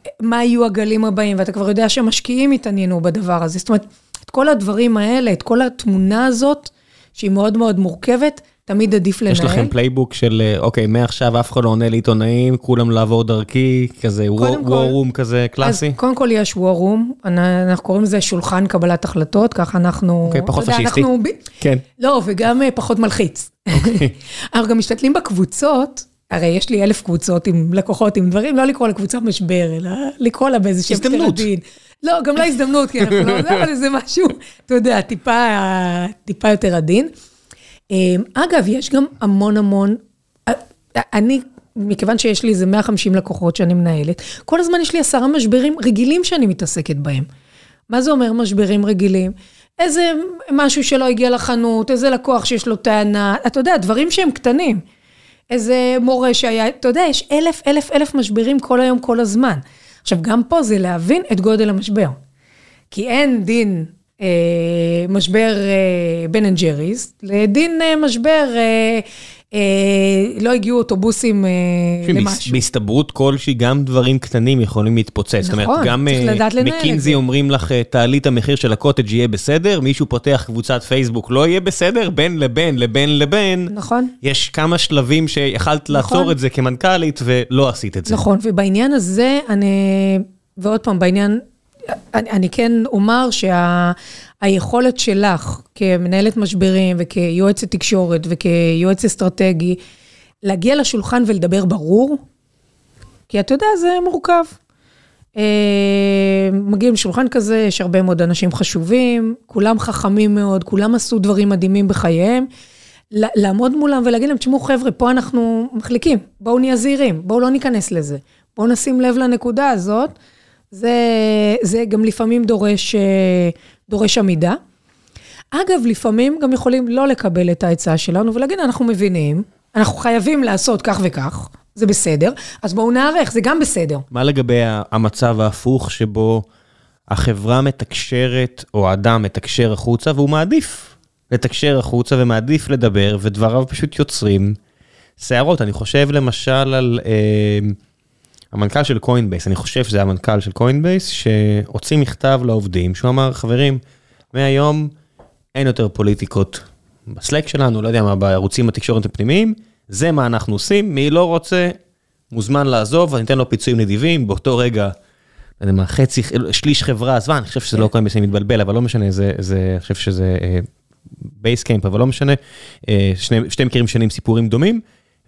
Speaker 2: מה יהיו הגלים הבאים, ואתה כבר יודע שמשקיעים התעניינו בדבר הזה. זאת אומרת, את כל הדברים האלה, את כל התמונה הזאת, שהיא מאוד מאוד מורכבת, תמיד עדיף לנהל.
Speaker 3: יש לכם פלייבוק של, אוקיי, מעכשיו אף אחד לא עונה לעיתונאים, כולם לעבור דרכי, כזה וורום כזה קלאסי?
Speaker 2: אז קודם כל יש וורום, אנחנו קוראים לזה שולחן קבלת החלטות, ככה אנחנו...
Speaker 3: אוקיי, פחות פשיסטי.
Speaker 2: כן. לא, וגם פחות מלחיץ. אנחנו גם משתתלים בקבוצות, הרי יש לי אלף קבוצות עם לקוחות, עם דברים, לא לקרוא לקבוצה משבר, אלא לקרוא לה באיזה שם תרדין. לא, גם לא הזדמנות, כי אנחנו לא, זה אבל זה משהו, אתה יודע, טיפה, טיפה יותר עדין. אגב, יש גם המון המון, אני, מכיוון שיש לי איזה מאה וחמישים לקוחות שאני מנהלת, כל הזמן יש לי עשרה משברים רגילים שאני מתעסקת בהם. מה זה אומר משברים רגילים? איזה משהו שלא הגיע לחנות, איזה לקוח שיש לו טענה, אתה יודע, דברים שהם קטנים. איזה מורה שהיה, אתה יודע, יש אלף, אלף, אלף משברים כל היום, כל הזמן. עכשיו, גם פה זה להבין את גודל המשבר. כי אין דין אה, משבר אה, בן אנד ג'ריז, לדין אה, משבר, אה, אה, לא הגיעו אוטובוסים אה, למשהו.
Speaker 3: בהסתברות כלשהי, גם דברים קטנים יכולים להתפוצץ.
Speaker 2: נכון,
Speaker 3: אומרת, גם מקינזי אומרים לך, תעלי את המחיר של הקוטג' יהיה בסדר, מישהו פותח קבוצת פייסבוק, לא יהיה בסדר, בין לבין, לבין לבין.
Speaker 2: נכון.
Speaker 3: יש כמה שלבים שיכלת לעצור נכון. את זה כמנכ"לית, ולא עשית את זה.
Speaker 2: נכון, ובעניין הזה, אני, ועוד פעם, בעניין, אני, אני כן אומר שהיכולת שלך, כמנהלת משברים, וכיועצת תקשורת, וכיועץ אסטרטגי, להגיע לשולחן ולדבר ברור, כי אתה יודע, זה מורכב. מגיעים לשולחן כזה, יש הרבה מאוד אנשים חשובים, כולם חכמים מאוד, כולם עשו דברים מדהימים בחייהם, לעמוד מולם ולהגיד להם, תשמעו חבר'ה, פה אנחנו מחליקים, בואו נהיה זהירים, בואו לא ניכנס לזה, בואו נשים לב לנקודה הזאת, זה, זה גם לפעמים דורש, דורש עמידה. אגב, לפעמים גם יכולים לא לקבל את ההצעה שלנו, ולהגיד, אנחנו מבינים, אנחנו חייבים לעשות כך וכך, זה בסדר, אז בואו נערך, זה גם בסדר.
Speaker 3: מה לגבי המצב ההפוך שבו החברה מתקשרת, או האדם מתקשר החוצה, והוא מעדיף לתקשר החוצה, ומעדיף לדבר, ודבריו פשוט יוצרים שערות. אני חושב למשל על אה, המנכ"ל של קוינבייס, אני חושב שזה המנכ"ל של קוינבייס, שהוציא מכתב לעובדים, שהוא אמר, חברים, מהיום אין יותר פוליטיקות בסלק שלנו, לא יודע מה, בערוצים התקשורת הפנימיים, זה מה אנחנו עושים, מי לא רוצה, מוזמן לעזוב, ואני אתן לו פיצויים נדיבים, באותו רגע, לא יודע מה, חצי, שליש חברה, אז אני חושב שזה לא קוינבייס, אני מתבלבל, אבל לא משנה, זה, זה, אני חושב שזה בייסקיימפ, אבל לא משנה, שני, שתי מכירים שנים סיפורים דומים,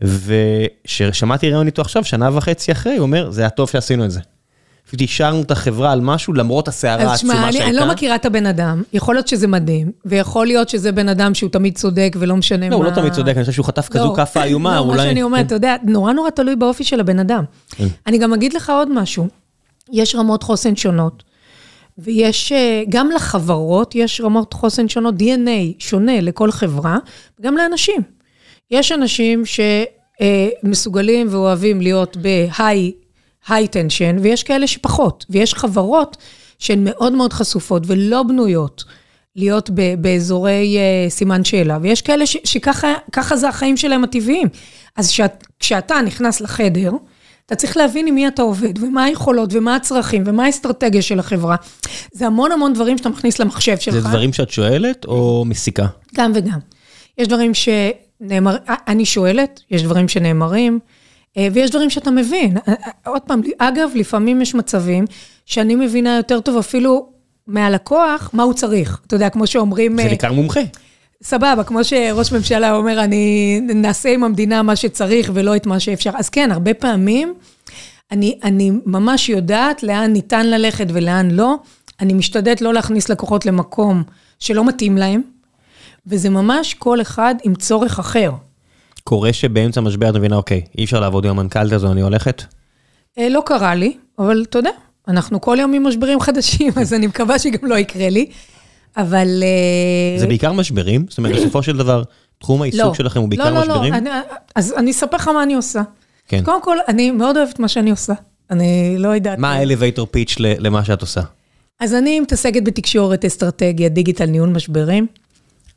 Speaker 3: וששמעתי רעיון איתו עכשיו, שנה וחצי אחרי, הוא אומר, זה היה טוב שעשינו את זה. פשוט השארנו את החברה על משהו, למרות הסערה העצומה שהייתה. אז
Speaker 2: תשמע, אני לא מכירה את הבן אדם, יכול להיות שזה מדהים, ויכול להיות שזה בן אדם שהוא תמיד צודק, ולא משנה מה...
Speaker 3: לא, הוא לא תמיד צודק, אני חושב שהוא חטף כזו כפה איומה,
Speaker 2: אולי... לא, מה שאני אומרת, אתה יודע, נורא נורא תלוי באופי של הבן אדם. אני גם אגיד לך עוד משהו, יש רמות חוסן שונות, ויש, גם לחברות יש רמות חוסן שונות, די אן איי שונה לכל חברה, וגם לאנשים. יש אנשים שמסוגלים ואוהבים להיות בהיי, היי טנשן, ויש כאלה שפחות, ויש חברות שהן מאוד מאוד חשופות, ולא בנויות להיות באזורי סימן שאלה, ויש כאלה שככה זה החיים שלהם הטבעיים. אז כשאתה נכנס לחדר, אתה צריך להבין עם מי אתה עובד, ומה היכולות, ומה הצרכים, ומה האסטרטגיה של החברה. זה המון המון דברים שאתה מכניס למחשב שלך.
Speaker 3: זה דברים שאת שואלת, או מסיקה?
Speaker 2: גם וגם. יש דברים שנאמר, אני שואלת, יש דברים שנאמרים, ויש דברים שאתה מבין. עוד פעם, אגב, לפעמים יש מצבים שאני מבינה יותר טוב אפילו מהלקוח, מה הוא צריך. אתה יודע, כמו שאומרים...
Speaker 3: זה נקרא מומחה.
Speaker 2: סבבה, כמו שראש ממשלה אומר, אני נעשה עם המדינה מה שצריך ולא את מה שאפשר. אז כן, הרבה פעמים אני, אני ממש יודעת לאן ניתן ללכת ולאן לא. אני משתדלת לא להכניס לקוחות למקום שלא מתאים להם, וזה ממש כל אחד עם צורך אחר. קורה
Speaker 3: שבאמצע המשבר אתה מבינה, אוקיי, אי אפשר לעבוד עם המנכ"לית הזו, אני הולכת?
Speaker 2: לא קרה לי, אבל אתה יודע, אנחנו כל יום עם משברים חדשים, אז אני מקווה שגם לא יקרה לי, אבל...
Speaker 3: זה בעיקר משברים? זאת אומרת, בסופו של דבר, תחום העיסוק שלכם הוא בעיקר משברים?
Speaker 2: לא, לא, לא, אז אני אספר לך מה אני עושה. קודם כל, אני מאוד אוהבת מה שאני עושה. אני לא יודעת...
Speaker 3: מה האלווייטור פיץ' למה שאת עושה?
Speaker 2: אז אני מתעסקת בתקשורת, אסטרטגיה, דיגיטל, ניהול משברים,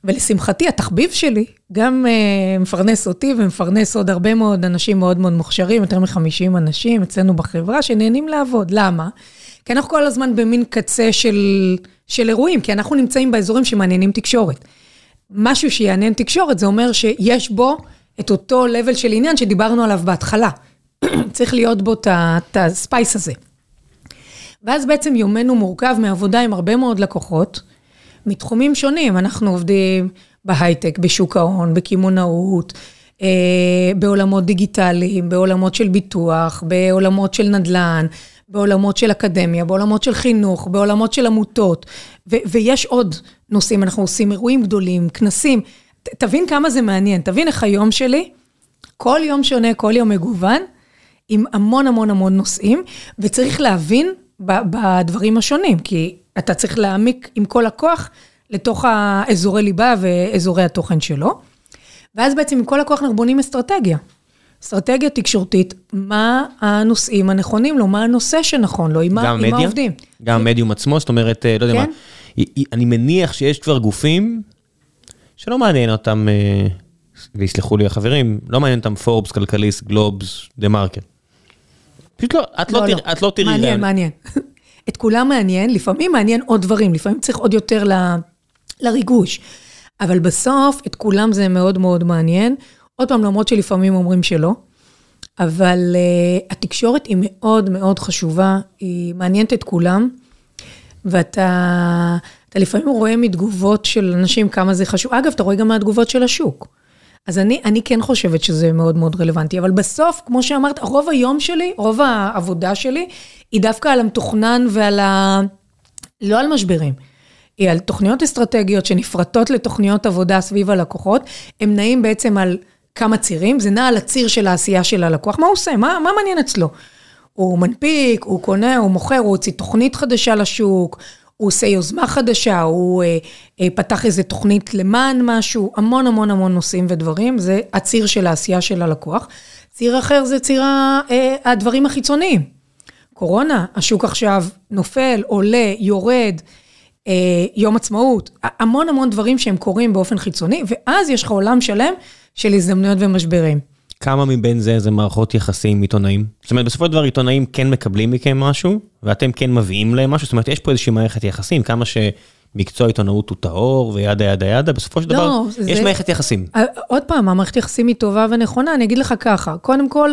Speaker 2: ולשמחתי, התחביב שלי גם uh, מפרנס אותי ומפרנס עוד הרבה מאוד אנשים מאוד מאוד מוכשרים, יותר מ-חמישים אנשים אצלנו בחברה שנהנים לעבוד. למה? כי אנחנו כל הזמן במין קצה של, של אירועים, כי אנחנו נמצאים באזורים שמעניינים תקשורת. משהו שיעניין תקשורת, זה אומר שיש בו את אותו level של עניין שדיברנו עליו בהתחלה. צריך להיות בו את הספייס הזה. ואז בעצם יומנו מורכב מעבודה עם הרבה מאוד לקוחות, מתחומים שונים, אנחנו עובדים בהייטק, בשוק ההון, בקימונאות, אה, בעולמות דיגיטליים, בעולמות של ביטוח, בעולמות של נדל"ן, בעולמות של אקדמיה, בעולמות של חינוך, בעולמות של עמותות, ו- ויש עוד נושאים, אנחנו עושים אירועים גדולים, כנסים, ת- תבין כמה זה מעניין, תבין איך היום שלי, כל יום שונה, כל יום מגוון, עם המון המון המון נושאים, וצריך להבין בדברים השונים, כי אתה צריך להעמיק עם כל הכוח לתוך האזורי ליבה ואזורי התוכן שלו, ואז בעצם עם כל הכוח אנחנו בונים אסטרטגיה. אסטרטגיה תקשורתית, מה הנושאים הנכונים לו, מה הנושא שנכון לו, עם מה עובדים.
Speaker 3: גם מדיום עצמו, זאת אומרת, לא יודע מה, אני מניח שיש כבר גופים שלא מעניין אותם, ויסלחו לי החברים, לא מעניין אותם פורבס, כלכליסט, גלובס, דה מרקר. פשוט לא, את לא תראי.
Speaker 2: מעניין, מעניין. את כולם מעניין, לפעמים מעניין עוד דברים, לפעמים צריך עוד יותר לריגוש. אבל בסוף, את כולם זה מאוד מאוד מעניין. עוד פעם, למרות שלפעמים אומרים שלא, אבל uh, התקשורת היא מאוד מאוד חשובה, היא מעניינת את כולם, ואתה אתה לפעמים רואה מתגובות של אנשים כמה זה חשוב. אגב, אתה רואה גם מהתגובות של השוק. אז אני, אני כן חושבת שזה מאוד מאוד רלוונטי, אבל בסוף, כמו שאמרת, רוב היום שלי, רוב העבודה שלי, היא דווקא על המתוכנן ועל ה... לא על משברים, היא על תוכניות אסטרטגיות שנפרטות לתוכניות עבודה סביב הלקוחות, הם נעים בעצם על כמה צירים, זה נע על הציר של העשייה של הלקוח, מה הוא עושה? מה, מה מעניין אצלו? הוא מנפיק, הוא קונה, הוא מוכר, הוא הוציא תוכנית חדשה לשוק, הוא עושה יוזמה חדשה, הוא אה, אה, פתח איזו תוכנית למען משהו, המון המון המון נושאים ודברים, זה הציר של העשייה של הלקוח. ציר אחר זה ציר אה, הדברים החיצוניים. קורונה, השוק עכשיו נופל, עולה, יורד, אה, יום עצמאות, המון המון דברים שהם קורים באופן חיצוני, ואז יש לך עולם שלם של הזדמנויות ומשברים.
Speaker 3: כמה מבין זה זה מערכות יחסים עיתונאים? זאת אומרת, בסופו של דבר עיתונאים כן מקבלים מכם משהו, ואתם כן מביאים להם משהו, זאת אומרת, יש פה איזושהי מערכת יחסים, כמה שמקצוע עיתונאות הוא טהור, וידה ידה ידה, בסופו של דבר, יש מערכת יחסים.
Speaker 2: עוד פעם, המערכת יחסים היא טובה ונכונה, אני אגיד לך ככה, קודם כל,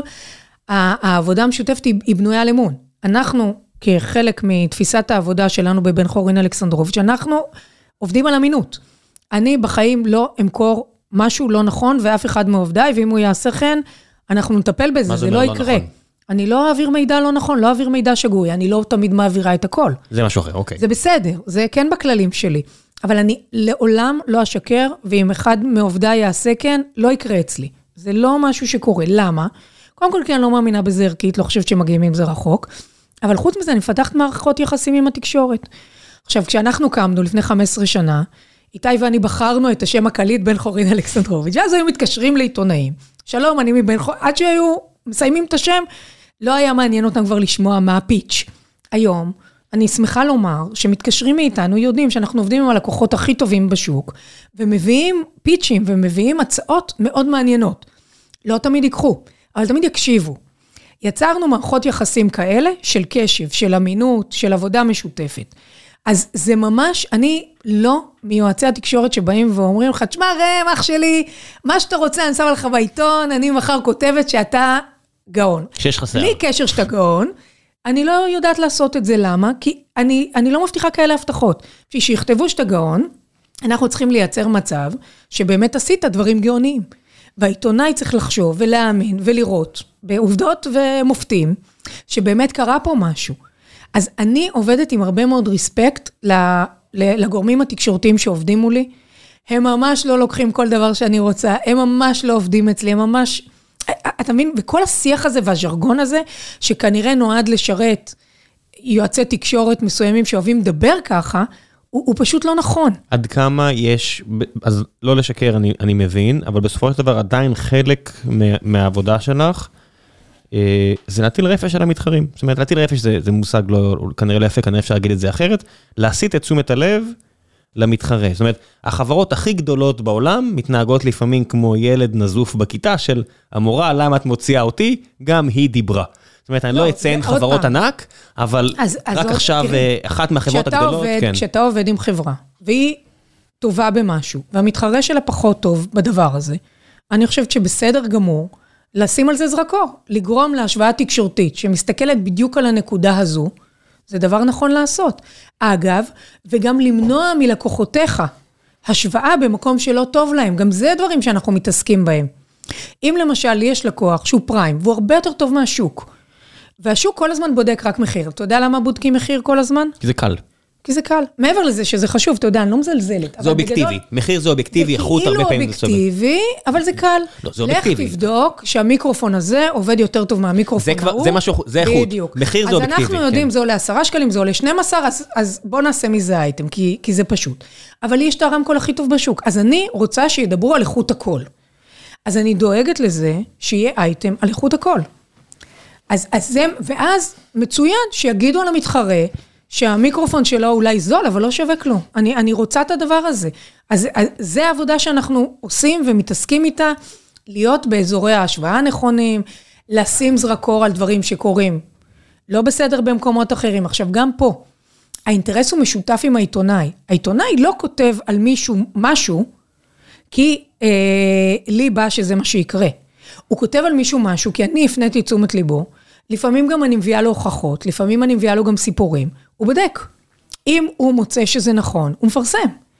Speaker 2: העבודה המשותפת היא בנויה על אמון. אנחנו, כחלק מתפיסת העבודה שלנו בבן חורין אלכסנדרוביץ', אנחנו עובדים על אמינות. אני בחיים לא אמכור משהו לא נכון, ואף אחד מעובדיי, ואם הוא יעשה כן, אנחנו נטפל בזה, זה לא יקרה. אני לא אעביר מידע לא נכון, לא אעביר מידע שגוי, אני לא תמיד מעבירה את הכל.
Speaker 3: זה משהו אחר, אוקיי.
Speaker 2: זה בסדר, זה כן בכללים שלי, אבל אני לעולם לא אשקר, ואם אחד מעובדיי יעשה כן, לא יקרה אצלי. זה לא משהו שקורה. למה? קודם כל, כי אני לא מאמינה בזה ערכית, לא חושבת שמגיעים עם זה רחוק, אבל חוץ מזה, אני מפתחת מערכות יחסים עם התקשורת. עכשיו, כשאנחנו קמנו לפני חמש עשרה שנה, איתי ואני בחרנו את השם הקליט בן חורין אלכסנדרוביץ', ואז היו מתקשרים לעיתונאים. שלום, אני מבן חורין, עד שהיו מסיימים את השם, לא היה מעניין אותם כבר לשמוע מה הפיץ'. היום, אני שמחה לומר, שמתקשרים מאיתנו, יודעים שאנחנו עובדים עם הלקוחות הכי טובים בשוק, ומביאים פיצ'ים, ומביאים הצעות מאוד מעניינות. לא תמיד ייקחו, אבל תמיד יקשיבו. יצרנו מערכות יחסים כאלה, של קשב, של אמינות, של עבודה משותפת. אז זה ממש, אני לא מיועצי התקשורת שבאים ואומרים לך, תשמע רם, אח שלי, מה שאתה רוצה, אני שמה לך בעיתון, אני מחר כותבת שאתה גאון.
Speaker 3: שיש חסר.
Speaker 2: בלי קשר שאתה גאון, אני לא יודעת לעשות את זה, למה? כי אני, אני לא מבטיחה כאלה הבטחות. שיכתבו שאתה גאון, אנחנו צריכים לייצר מצב שבאמת עשית דברים גאוניים. והעיתונאי צריך לחשוב ולהאמין ולראות בעובדות ומופתים, שבאמת קרה פה משהו. אז אני עובדת עם הרבה מאוד ריספקט לגורמים התקשורתיים שעובדים מולי. הם ממש לא לוקחים כל דבר שאני רוצה, הם ממש לא עובדים אצלי, הם ממש... אתה מבין? וכל השיח הזה והז'רגון הזה, שכנראה נועד לשרת יועצי תקשורת מסוימים שאוהבים לדבר ככה, הוא, הוא פשוט לא נכון.
Speaker 3: עד כמה יש, אז לא לשקר אני, אני מבין, אבל בסופו של דבר עדיין חלק מה, מהעבודה שלך, זה להטיל רפש על המתחרים. זאת אומרת, להטיל רפש זה, זה מושג לא, כנראה לא יפה, כנראה אפשר להגיד את זה אחרת. להסיט את תשומת הלב למתחרה. זאת אומרת, החברות הכי גדולות בעולם מתנהגות לפעמים כמו ילד נזוף בכיתה של המורה, למה את מוציאה אותי? גם היא דיברה. זאת אומרת, אני לא אציין חברות ענק, אבל רק עכשיו אחת מהחברות הגדולות, כן.
Speaker 2: כשאתה עובד עם חברה, והיא טובה במשהו, והמתחרה שלה פחות טוב בדבר הזה, אני חושבת שבסדר גמור, לשים על זה זרקור, לגרום להשוואה תקשורתית, שמסתכלת בדיוק על הנקודה הזו, זה דבר נכון לעשות. אגב, וגם למנוע מלקוחותיך, השוואה במקום שלא טוב להם, גם זה דברים שאנחנו מתעסקים בהם. אם למשל יש לקוח שהוא פריים, והוא הרבה יותר טוב מהשוק, והשוק כל הזמן בודק רק מחיר. אתה יודע למה בודקים מחיר כל הזמן?
Speaker 3: כי זה קל.
Speaker 2: כי זה קל. מעבר לזה שזה חשוב, אתה יודע, אני לא מזלזלת.
Speaker 3: זה אובייקטיבי. מחיר זה אובייקטיבי, איכות הרבה פעמים
Speaker 2: זה אובייקטיבי, אבל זה קל.
Speaker 3: לא, זה אובייקטיבי.
Speaker 2: לך תבדוק שהמיקרופון הזה עובד יותר טוב מהמיקרופון ההוא.
Speaker 3: זה משהו, זה איכות.
Speaker 2: בדיוק.
Speaker 3: מחיר זה אובייקטיבי.
Speaker 2: אז אנחנו יודעים, זה עולה עשרה שקלים, זה עולה שנים עשר, אז בוא נעשה מזה אייטם, כי זה פשוט. אבל לי יש את הרמקול הכי טוב בשוק. אז אני רוצה שידברו על איכות הכל. אז אני דואגת לזה שיהיה אייטם על איכות הכל. אז, אז זה, ואז מצוין שיגידו על המתחרה, שהמיקרופון שלו אולי זול, אבל לא שווה כלום. אני, אני רוצה את הדבר הזה. אז, אז זה העבודה שאנחנו עושים ומתעסקים איתה, להיות באזורי ההשוואה הנכונים, לשים זרקור על דברים שקורים. לא בסדר במקומות אחרים. עכשיו, גם פה, האינטרס הוא משותף עם העיתונאי. העיתונאי לא כותב על מישהו משהו, כי אה, לי בא שזה מה שיקרה. הוא כותב על מישהו משהו, כי אני הפניתי תשומת ליבו, לפעמים גם אני מביאה לו הוכחות, לפעמים אני מביאה לו גם סיפורים, הוא בודק. אם הוא מוצא שזה נכון, הוא מפרסם.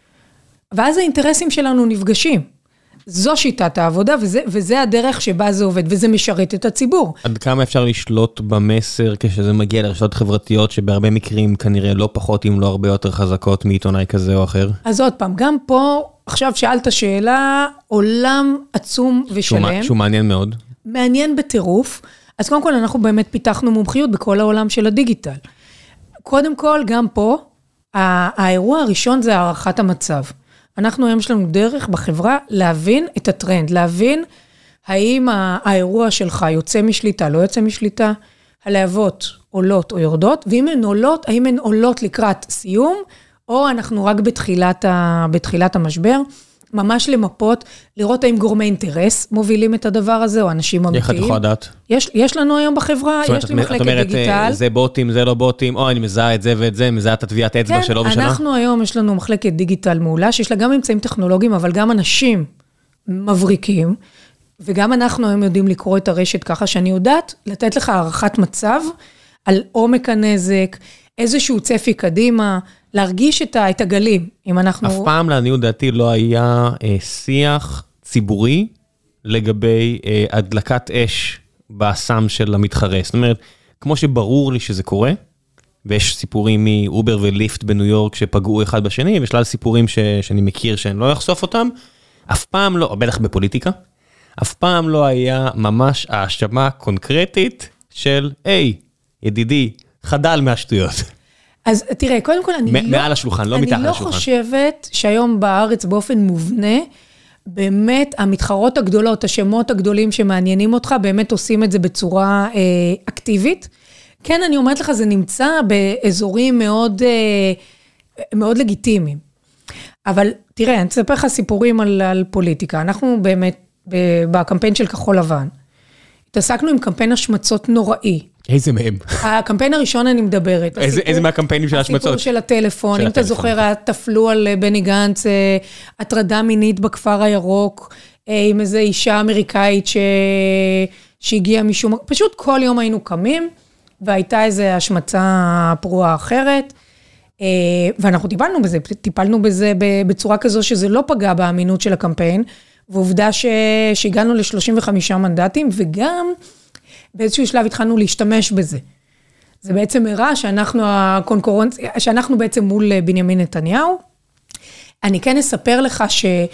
Speaker 2: ואז האינטרסים שלנו נפגשים. זו שיטת העבודה, וזה, וזה הדרך שבה זה עובד, וזה משרת את הציבור.
Speaker 3: עד כמה אפשר לשלוט במסר כשזה מגיע לרשתות חברתיות, שבהרבה מקרים כנראה לא פחות, אם לא הרבה יותר חזקות מעיתונאי כזה או אחר?
Speaker 2: אז עוד פעם, גם פה, עכשיו שאלת שאלה, עולם עצום ושלם.
Speaker 3: שהוא מעניין מאוד.
Speaker 2: מעניין בטירוף. אז קודם כל, אנחנו באמת פיתחנו מומחיות בכל העולם של הדיגיטל. קודם כל, גם פה, האירוע הראשון זה הערכת המצב. אנחנו היום יש לנו דרך בחברה להבין את הטרנד, להבין האם האירוע שלך יוצא משליטה, לא יוצא משליטה, הלהבות עולות או יורדות, ואם הן עולות, האם הן עולות לקראת סיום, או אנחנו רק בתחילת, ה, בתחילת המשבר, ממש למפות, לראות האם גורמי אינטרס מובילים את הדבר הזה, או אנשים אמיתיים.
Speaker 3: איך את יכולה לדעת?
Speaker 2: יש, יש לנו היום בחברה, יש לי מחלקת דיגיטל.
Speaker 3: זה בוטים, זה לא בוטים, או אני מזהה את זה ואת זה, מזהה את התביעת אצבע
Speaker 2: כן,
Speaker 3: שלא בשנה.
Speaker 2: אנחנו היום, יש לנו מחלקת דיגיטל מעולה, שיש לה גם אמצעים טכנולוגיים, אבל גם אנשים מבריקים, וגם אנחנו היום יודעים לקרוא את הרשת ככה, שאני יודעת לתת לך הערכת מצב, על עומק הנזק, איזשהו צפי קדימה, להרגיש את, את הגלים, אם אנחנו...
Speaker 3: אף פעם לעניות דעתי לא היה אה, שיח ציבורי לגבי אה, הדלקת אש באסם של המתחרה. זאת אומרת, כמו שברור לי שזה קורה, ויש סיפורים מאובר וליפט בניו יורק שפגעו אחד בשני, ושלל סיפורים ש, שאני מכיר שאני לא אחשוף אותם, אף פעם לא, בטח בפוליטיקה, אף פעם לא היה ממש האשמה קונקרטית של, היי, ידידי, חדל מהשטויות.
Speaker 2: אז תראה, קודם כל, אני לא...
Speaker 3: מעל השולחן, לא מתחת לשולחן.
Speaker 2: אני לא חושבת שהיום בארץ באופן מובנה, באמת המתחרות הגדולות, השמות הגדולים שמעניינים אותך, באמת עושים את זה בצורה אה, אקטיבית. כן, אני אומרת לך, זה נמצא באזורים מאוד, אה, מאוד לגיטימיים. אבל תראה, אני אספר לך סיפורים על, על פוליטיקה. אנחנו באמת, בקמפיין של כחול לבן, התעסקנו עם קמפיין השמצות נוראי.
Speaker 3: איזה מהם?
Speaker 2: הקמפיין הראשון אני מדברת.
Speaker 3: איזה, איזה מהקמפיינים של השמצות?
Speaker 2: הסיפור של הטלפון. אם אתה זוכר, תפלו על בני גנץ, הטרדה מינית בכפר הירוק, עם איזו אישה אמריקאית ש... שהגיעה משום... פשוט כל יום היינו קמים, והייתה איזו השמצה פרועה אחרת, ואנחנו טיפלנו בזה, טיפלנו בזה בצורה כזו שזה לא פגע באמינות של הקמפיין, ועובדה ש... שהגענו ל-שלושים וחמישה מנדטים, וגם באיזשהו שלב התחלנו להשתמש בזה. זה בעצם הראה שאנחנו הקונקורנציה, שאנחנו בעצם מול בנימין נתניהו. אני כן אספר לך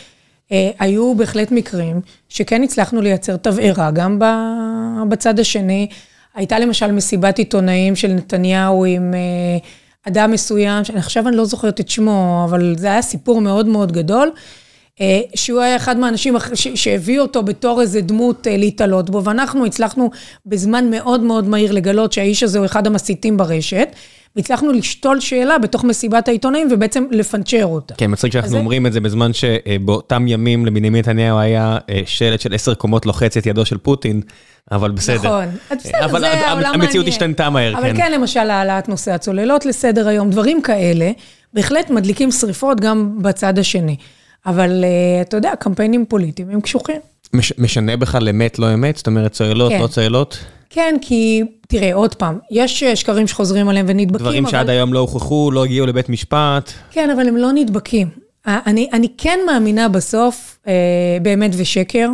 Speaker 2: שהיו בהחלט מקרים, שכן הצלחנו לייצר תבערה, גם בצד השני, הייתה למשל מסיבת עיתונאים של נתניהו עם אדם מסוים, שעכשיו אני לא זוכרת את שמו, אבל זה היה סיפור מאוד מאוד גדול, שהוא היה אחד מהאנשים שהביא אותו בתור איזה דמות להתעלות בו, ואנחנו הצלחנו בזמן מאוד מאוד מהיר לגלות שהאיש הזה הוא אחד המסיתים ברשת, והצלחנו לשתול שאלה בתוך מסיבת העיתונאים, ובעצם לפנצ'ר אותה.
Speaker 3: כן, מצחיק שאנחנו אומרים את זה בזמן שבאותם ימים לבנימין נתניהו היה שלט של עשר קומות לוחץ את ידו של פוטין, אבל בסדר.
Speaker 2: נכון.
Speaker 3: אבל המציאות השתנתה מהר, כן.
Speaker 2: אבל כן, למשל, העלאת נושא הצוללות לסדר היום, דברים כאלה, בהחלט מדליקים שריפות גם בצד השני. אבל אתה יודע, קמפיינים פוליטיים הם קשוחים.
Speaker 3: משנה בכלל אמת, לא אמת? זאת אומרת, צוללות, לא צוללות?
Speaker 2: כן, כי, תראה, עוד פעם, יש שקרים שחוזרים עליהם ונדבקים.
Speaker 3: דברים
Speaker 2: אבל...
Speaker 3: שעד היום לא הוכחו, לא הגיעו לבית משפט.
Speaker 2: כן, אבל הם לא נדבקים. אני, אני כן מאמינה בסוף, אה, באמת ושקר,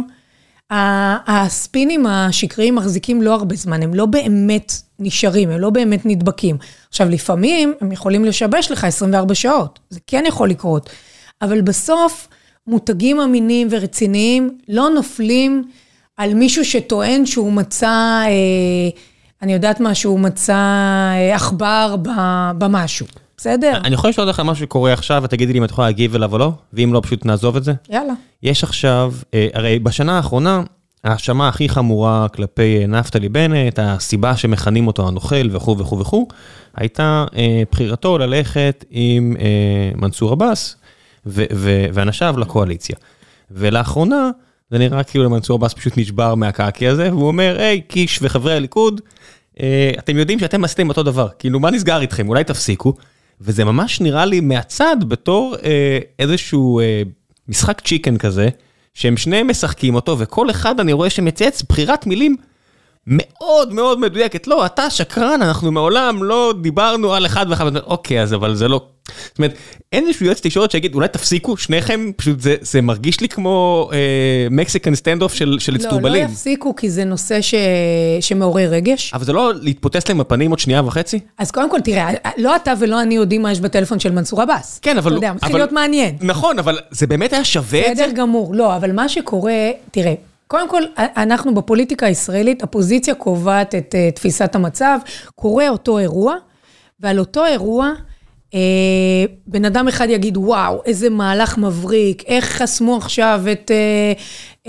Speaker 2: הספינים השקריים מחזיקים לא הרבה זמן, הם לא באמת נשארים, הם לא באמת נדבקים. עכשיו, לפעמים הם יכולים לשבש לך עשרים וארבע שעות, זה כן יכול לקרות, אבל בסוף מותגים אמינים ורציניים לא נופלים על מישהו שטוען שהוא מצא, אה, אני יודעת מה, שהוא מצא אה, אכבר במשהו, בסדר?
Speaker 3: אני יכול לשאול לך משהו שקורה עכשיו, ותגידי לי אם את יכולה להגיב אליו או לא, ואם לא, פשוט נעזוב את זה.
Speaker 2: יאללה.
Speaker 3: יש עכשיו, אה, הרי בשנה האחרונה, ההאשמה הכי חמורה כלפי נפתלי בנט, הסיבה שמכנים אותו הנוכל וכו' וכו' וכו', הייתה אה, בחירתו ללכת עם אה, מנסור עבאס, ו- ו- ואנשיו לקואליציה. ולאחרונה, זה נראה כאילו למנסור עבאס פשוט נשבר מהקעקע הזה, והוא אומר, היי, קיש וחברי הליכוד, אה, אתם יודעים שאתם עשיתם אותו דבר, כאילו מה נסגר איתכם, אולי תפסיקו, וזה ממש נראה לי מהצד בתור אה, איזשהו אה, משחק צ'יקן כזה, שהם שניהם משחקים אותו, וכל אחד אני רואה שמצייץ בחירת מילים מאוד מאוד מדויקת. לא, אתה שקרן, אנחנו מעולם לא דיברנו על אחד ואחד, אוקיי, אז אבל זה לא... זאת אומרת, אין איזשהו יועץ תקשורת שיגיד, אולי תפסיקו, שניכם, פשוט זה, זה מרגיש לי כמו מקסיקן סטנד-אוף של, של אצטובלים.
Speaker 2: לא, לא יפסיקו, כי זה נושא ש... שמעורר רגש.
Speaker 3: אבל זה לא להתפוטס להם בפנים עוד שנייה וחצי?
Speaker 2: אז קודם כל, תראה, לא אתה ולא אני יודעים מה יש בטלפון של מנסור עבאס.
Speaker 3: כן, אבל...
Speaker 2: אתה יודע, מתחיל להיות מעניין.
Speaker 3: נכון, אבל זה באמת היה שווה את זה?
Speaker 2: בסדר גמור, לא, אבל מה שקורה, תראה, קודם כל, אנחנו בפוליטיקה הישראלית, הפוזיציה קובעת את uh, תפיסת המצב, קורה אותו אירוע, ועל אותו אירוע, uh, בן אדם אחד יגיד, וואו, איזה מהלך מבריק, איך חסמו עכשיו את, uh, uh,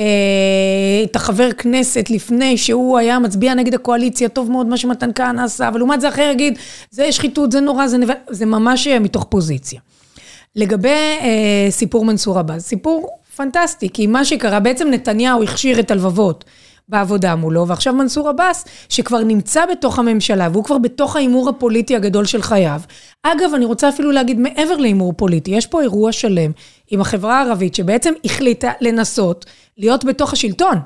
Speaker 2: את החבר כנסת לפני שהוא היה מצביע נגד הקואליציה, טוב מאוד מה שמתן כהנא עשה, אבל לעומת זה אחר יגיד, זה שחיתות, זה נורא, זה, נבא, זה ממש מתוך פוזיציה. לגבי uh, סיפור מנסור עבאס, סיפור פנטסטי, כי מה שקרה, בעצם נתניהו הכשיר את הלבבות בעבודה מולו, ועכשיו מנסור עבאס, שכבר נמצא בתוך הממשלה, והוא כבר בתוך האימור הפוליטי הגדול של חייו. אגב, אני רוצה אפילו להגיד, מעבר לאימור פוליטי, יש פה אירוע שלם עם החברה הערבית, שבעצם החליטה לנסות להיות בתוך השלטון.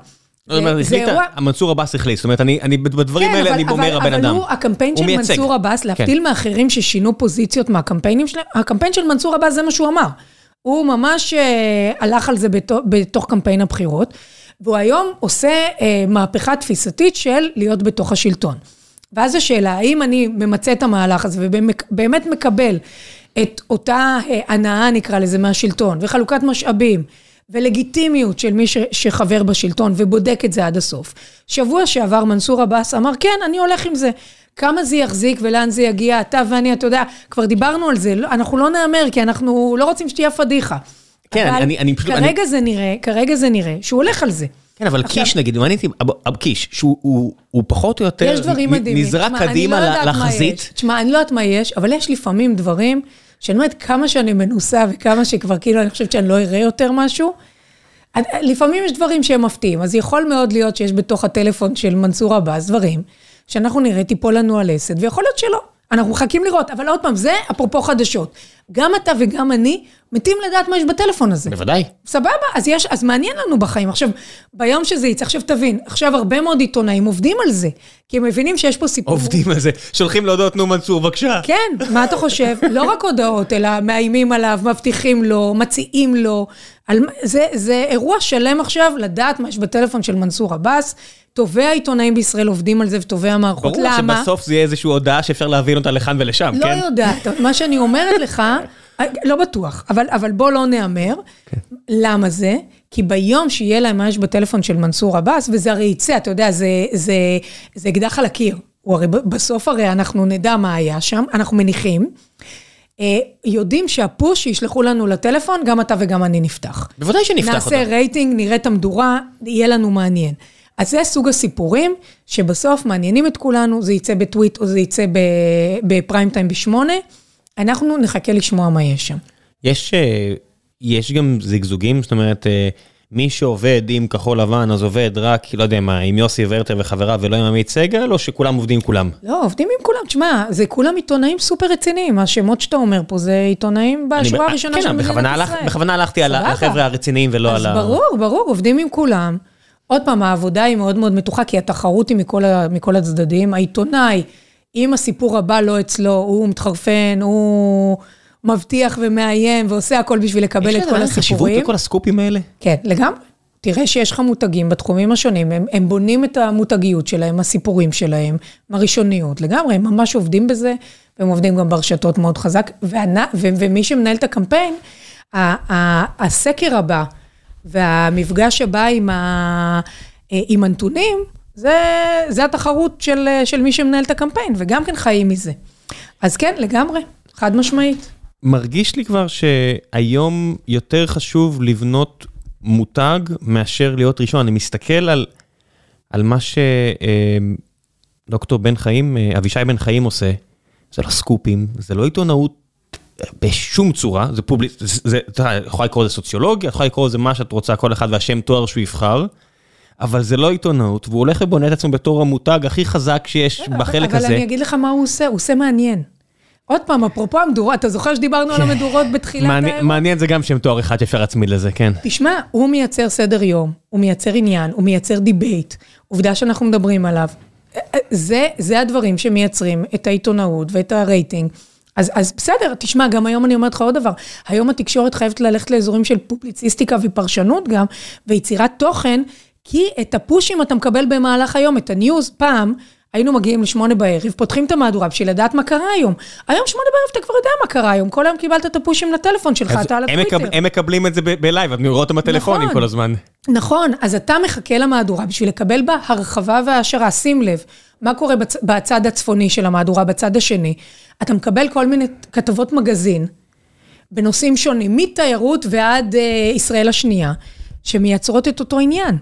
Speaker 3: מנסור עבאס החליט, זאת אומרת, אני בדברים האלה, אני אומר הבן אדם.
Speaker 2: אבל הוא, הקמפיין של מנסור עבאס, להבדיל מאחרים ששינו פוזיציות מהקמפיינים שלהם, הקמפיין של מנסור עבאס זה מה שהוא אמר. הוא ממש הלך על זה בתוך, בתוך קמפיין הבחירות, והוא היום עושה אה, מהפכה תפיסתית של להיות בתוך השלטון. ואז השאלה, האם אני ממצא את המהלך הזה, ובאמת מקבל את אותה אה, הנאה, נקרא לזה, מהשלטון, וחלוקת משאבים, ולגיטימיות של מי ש, שחבר בשלטון, ובודק את זה עד הסוף. שבוע שעבר מנסור עבאס אמר, כן, אני הולך עם זה. כמה זה יחזיק ולאן זה יגיע, אתה ואני, אתה יודע, כבר דיברנו על זה, אנחנו לא נאמר, כי אנחנו לא רוצים שתהיה פדיחה.
Speaker 3: כן, אני, אני פשוט...
Speaker 2: כרגע זה נראה, כרגע זה נראה, שהוא הולך על זה.
Speaker 3: כן, אבל קיש נגיד, מה נהייתי, קיש, שהוא פחות או יותר נזרק קדימה לחזית.
Speaker 2: תשמע, אני לא יודעת מה יש, אבל יש לפעמים דברים, שאני אומרת כמה שאני מנוסה, וכמה שכבר כאילו אני חושבת שאני לא אראה יותר משהו, לפעמים יש דברים שהם מפתיעים, אז יכול מאוד להיות שיש בתוך הטלפון של מנסור עבאס דברים, שאנחנו נראה טיפול לנו על עסד, ויכול להיות שלא. אנחנו מחכים לראות, אבל עוד פעם, זה אפרופו חדשות. גם אתה וגם אני מתים לדעת מה יש בטלפון הזה.
Speaker 3: בוודאי.
Speaker 2: סבבה, אז יש, אז מעניין לנו בחיים. עכשיו, ביום שזה יצא, עכשיו תבין, עכשיו הרבה מאוד עיתונאים עובדים על זה, כי הם מבינים שיש פה סיפור.
Speaker 3: עובדים על זה, שולחים להודעות, נו מנסור, בבקשה.
Speaker 2: כן, מה אתה חושב? לא רק הודעות, אלא מאיימים עליו, מבטיחים לו, מציעים לו. על, זה, זה אירוע שלם עכשיו, לדעת מה יש בטלפון של מנסור עבאס, טובי העיתונאים בישראל עובדים על זה, וטובי המערכות.
Speaker 3: ברור למה? שבסוף זה יהיה איזושהי הודעה שאפשר להבין אותה לכאן ולשם,
Speaker 2: לא
Speaker 3: כן?
Speaker 2: לא יודעת, מה שאני אומרת לך, לא בטוח, אבל, אבל בוא לא נאמר. כן. למה זה? כי ביום שיהיה להם מה יש בטלפון של מנסור עבאס, וזה הרי יצא, אתה יודע, זה, זה, זה אקדח על הקיר. הוא הרי, בסוף הרי אנחנו נדע מה היה שם, אנחנו מניחים. יודעים שהפוש ישלחו לנו לטלפון, גם אתה וגם אני נפתח.
Speaker 3: בוודאי שנפתח אותה.
Speaker 2: נעשה רייטינג, נראה את המדורה, יהיה לנו מעניין. אז זה סוג הסיפורים, שבסוף מעניינים את כולנו, זה יצא בטוויט או זה יצא בפריים טיים בשמונה, אנחנו נחכה לשמוע מה יש שם.
Speaker 3: יש, יש גם זגזוגים, זאת אומרת, מי שעובד עם כחול לבן, אז עובד רק, לא יודע מה, עם יוסי ורטר וחברה, ולא עם עמית סגל, או שכולם עובדים עם כולם?
Speaker 2: לא, עובדים עם כולם, תשמע, זה כולם עיתונאים סופר רציניים, השמות שאתה אומר פה, זה עיתונאים בשורה הראשונה של מדינת ישראל.
Speaker 3: בכוונה הלכתי על החבר'ה הרציניים ולא על ה...
Speaker 2: אז ברור, ברור, עובדים עם כולם. עוד פעם, העבודה היא מאוד מאוד מתוחה, כי התחרות היא מכל, מכל הצדדים. העיתונאי, אם הסיפור הבא לא אצלו, הוא מתחרפן, הוא מבטיח ומאיים, ועושה הכל בשביל לקבל את כל הסיפורים. יש
Speaker 3: חשיבות לכל הסקופים האלה?
Speaker 2: כן, לגמרי. תראה שיש לך מותגים בתחומים השונים, הם, הם בונים את המותגיות שלהם, הסיפורים שלהם, הראשוניות, לגמרי, הם ממש עובדים בזה, והם עובדים גם ברשתות מאוד חזק, וענה, ו, ומי שמנהל את הקמפיין, ה, ה, הסקר הבא, והמפגש הבא עם, ה, עם הנתונים, זה, זה התחרות של, של מי שמנהל את הקמפיין, וגם כן חיים מזה. אז כן, לגמרי, חד משמעית. מרגיש לי כבר שהיום יותר חשוב לבנות מותג מאשר להיות ראשון. אני מסתכל על, על מה שדוקטור בן חיים, אבישי בן חיים עושה, זה לא סקופים, זה לא עיתונאות בשום צורה, זה פובליק, זה, אתה יכול לקרוא לזה סוציולוגיה, אתה יכול לקרוא לזה מה שאת רוצה, כל אחד והשם תואר שהוא יבחר, אבל זה לא עיתונאות, והוא הולך ובונה את עצמו בתור המותג הכי חזק שיש בחלק אבל
Speaker 3: הזה.
Speaker 2: אבל אני אגיד לך מה הוא עושה, הוא עושה מעניין. עוד פעם, אפרופו המדורות, אתה זוכר שדיברנו על המדורות בתחילת האירוע?
Speaker 3: מעניין זה גם שם תואר אחד שאפשר להצמיד לזה, כן.
Speaker 2: תשמע, הוא מייצר סדר יום, הוא מייצר עניין, הוא מייצר דיבייט, עובדה שאנחנו מדברים עליו. זה, זה הדברים שמייצרים את העיתונאות ואת הרייטינג. אז, אז בסדר, תשמע, גם היום אני אומרת לך עוד דבר, היום התקשורת חייבת ללכת לאזורים של פובליציסטיקה ופרשנות גם, ויצירת תוכן, כי את הפושים אתה מקבל במהלך היום, את הניוז, פעם, היינו מגיעים לשמונה בערב, פותחים את המהדורה בשביל לדעת מה קרה היום. היום שמונה בערב אתה כבר יודע מה קרה היום, כל היום קיבלת את הפושים לטלפון שלך, אתה על הטוויטר.
Speaker 3: הם מקבלים את זה בלייב, אני רואה אותם בטלפונים כל הזמן.
Speaker 2: נכון, אז אתה מחכה למהדורה בשביל לקבל בה הרחבה והשרה, שים לב, מה קורה בצד הצפוני של המהדורה, בצד השני, אתה מקבל כל מיני כתבות מגזין, בנושאים שונים, מתיירות ועד ישראל השנייה, שמייצרות את אותו עניין.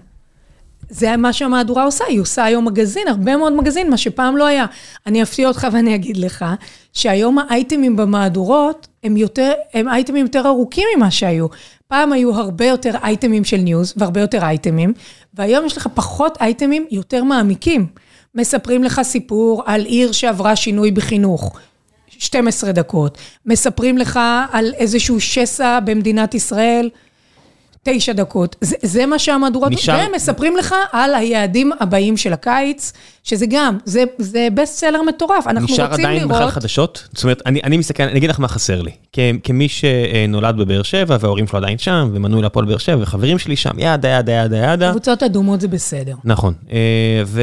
Speaker 2: זה מה שהמהדורה עושה, היא עושה היום מגזין, הרבה מאוד מגזין, מה שפעם לא היה. אני אפתיע אותך ואני אגיד לך, שהיום האייטמים במהדורות, הם יותר, הם אייטמים יותר ארוכים ממה שהיו. פעם היו הרבה יותר אייטמים של ניוז, והרבה יותר אייטמים, והיום יש לך פחות אייטמים יותר מעמיקים. מספרים לך סיפור על עיר שעברה שינוי בחינוך, שתים עשרה דקות. מספרים לך על איזשהו שסע במדינת ישראל, תשע דקות. זה, זה מה שהמהדורות, נשאר... והם מספרים לך על היעדים הבאים של הקיץ, שזה גם, זה, זה בסט סלר מטורף. אנחנו רוצים לראות... נשאר עדיין בכלל חדשות? זאת אומרת, אני, אני מסתכל, אני אגיד לך מה חסר לי. כ, כמי שנולד בבאר שבע, וההורים שלו עדיין שם, ומנוי לפועל באר שבע, וחברים שלי שם, ידה, ידה, ידה, ידה. קבוצות אדומות זה בסדר. נכון. ו...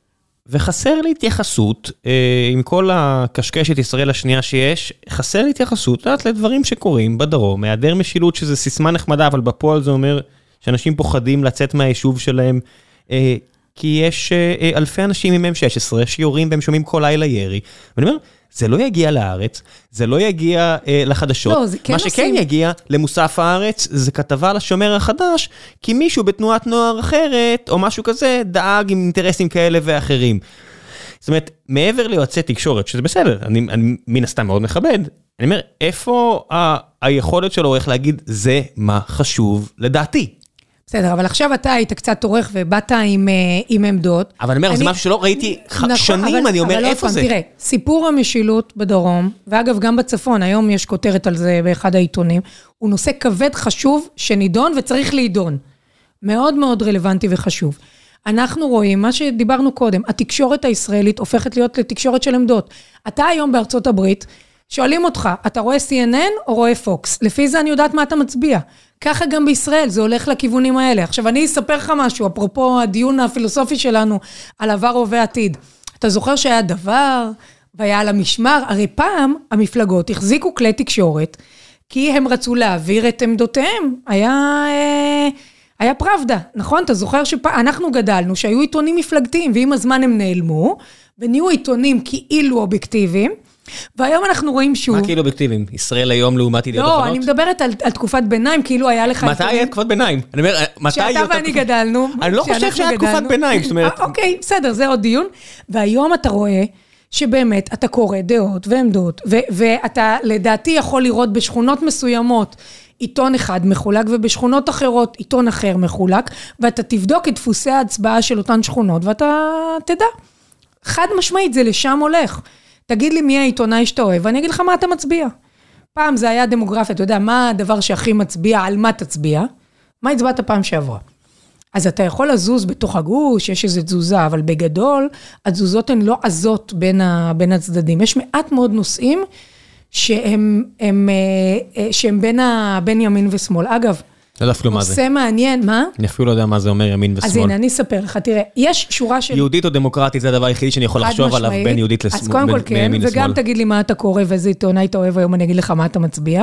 Speaker 2: וחסר לי התייחסות, עם כל הקשקשת ישראל השנייה שיש, חסר לי התייחסות לדברים שקורים בדרום, מהיעדר משילות שזה סיסמה נחמדה, אבל בפועל זה אומר שאנשים פוחדים לצאת מהיישוב שלהם, כי יש אלפי אנשים עם אם שש עשרה שיורים והם שומעים כל לילה ירי, ואני אומר, זה לא יגיע לארץ, זה לא יגיע אה, לחדשות, לא, כן מה שכן עושים... יגיע למוסף הארץ, זה כתבה לשומר החדש, כי מישהו בתנועת נוער אחרת, או משהו כזה, דאג עם אינטרסים כאלה ואחרים. זאת אומרת, מעבר ליועצי תקשורת, שזה בסדר, אני, אני מן הסתם מאוד מכבד, אני אומר, איפה ה- היכולת שלו איך להגיד, זה מה חשוב לדעתי? בסדר, אבל עכשיו אתה היית קצת עורך ובאת עם, עם עמדות. אבל אני אומר, אני... זה משהו שלא ראיתי נכון, שנים, אבל, אני אומר, אבל איפה זה? תראה, סיפור המשילות בדרום, ואגב גם בצפון, היום יש כותרת על זה באחד העיתונים, הוא נושא כבד חשוב שנידון וצריך להידון. מאוד מאוד רלוונטי וחשוב. אנחנו רואים, מה שדיברנו קודם, התקשורת הישראלית הופכת להיות לתקשורת של עמדות. אתה היום בארצות הברית, שואלים אותך, אתה רואה סי אן אן או רואה פוקס? לפי זה אני יודעת מה אתה מצביע. ככה גם בישראל, זה הולך לכיוונים האלה. עכשיו, אני אספר לך משהו, אפרופו הדיון הפילוסופי שלנו, על עבר הווה עתיד. אתה זוכר שהיה דבר, והיה על המשמר, הרי פעם המפלגות החזיקו כלי תקשורת, כי הם רצו להעביר את עמדותיהם. היה, היה פרבדה, נכון? אתה זוכר שאנחנו גדלנו, שהיו עיתונים מפלגתיים, ועם הזמן הם נעלמו, ונהיו עיתונים כאילו אובייקטיביים, והיום אנחנו רואים שוב...
Speaker 3: מה כאילו אובייקטיביים? ישראל היום לעומת ידיעות אחרונות?
Speaker 2: לא, אני מדברת על, על תקופת ביניים, כאילו היה לך...
Speaker 3: מתי היה תקופת ביניים? אני אומר, מתי...
Speaker 2: שאתה ואני גדלנו.
Speaker 3: אני לא חושב שהיה תקופת ביניים, זאת אומרת...
Speaker 2: אוקיי, בסדר, זה עוד דיון. והיום אתה רואה שבאמת אתה קורא דעות ועמדות, ו- ואתה לדעתי יכול לראות בשכונות מסוימות, עיתון אחד מחולק, ובשכונות אחרות עיתון אחר מחולק, ואתה תבדוק את דפוסי ההצבעה של אותן שכונות, ואתה תדע. חד משמעית, זה לשם הולך. תגיד לי מי העיתונאי שאתה אוהב, ואני אגיד לך מה אתה מצביע. פעם זה היה דמוגרפיה, אתה יודע, מה הדבר שהכי מצביע, על מה תצביע? מה הצבעת פעם שעברה? אז אתה יכול לזוז בתוך הגוש, יש איזו תזוזה, אבל בגדול, התזוזות הן לא עזות בין, ה, בין הצדדים. יש מעט מאוד נושאים שהם, הם, שהם בין, ה, בין ימין ושמאל. אגב,
Speaker 3: לא יודע אפילו מה זה.
Speaker 2: נושא מעניין, מה?
Speaker 3: אני אפילו לא יודע מה זה אומר ימין ושמאל.
Speaker 2: אז הנה, אני אספר לך, תראה, יש שורה של...
Speaker 3: יהודית או דמוקרטית, זה הדבר היחידי שאני יכול לחשוב עליו בין יהודית לשמאל.
Speaker 2: אז קודם כל כן, וגם תגיד לי מה אתה קורא ואיזה עיתונאי אתה אוהב, היום אני אגיד לך מה אתה מצביע.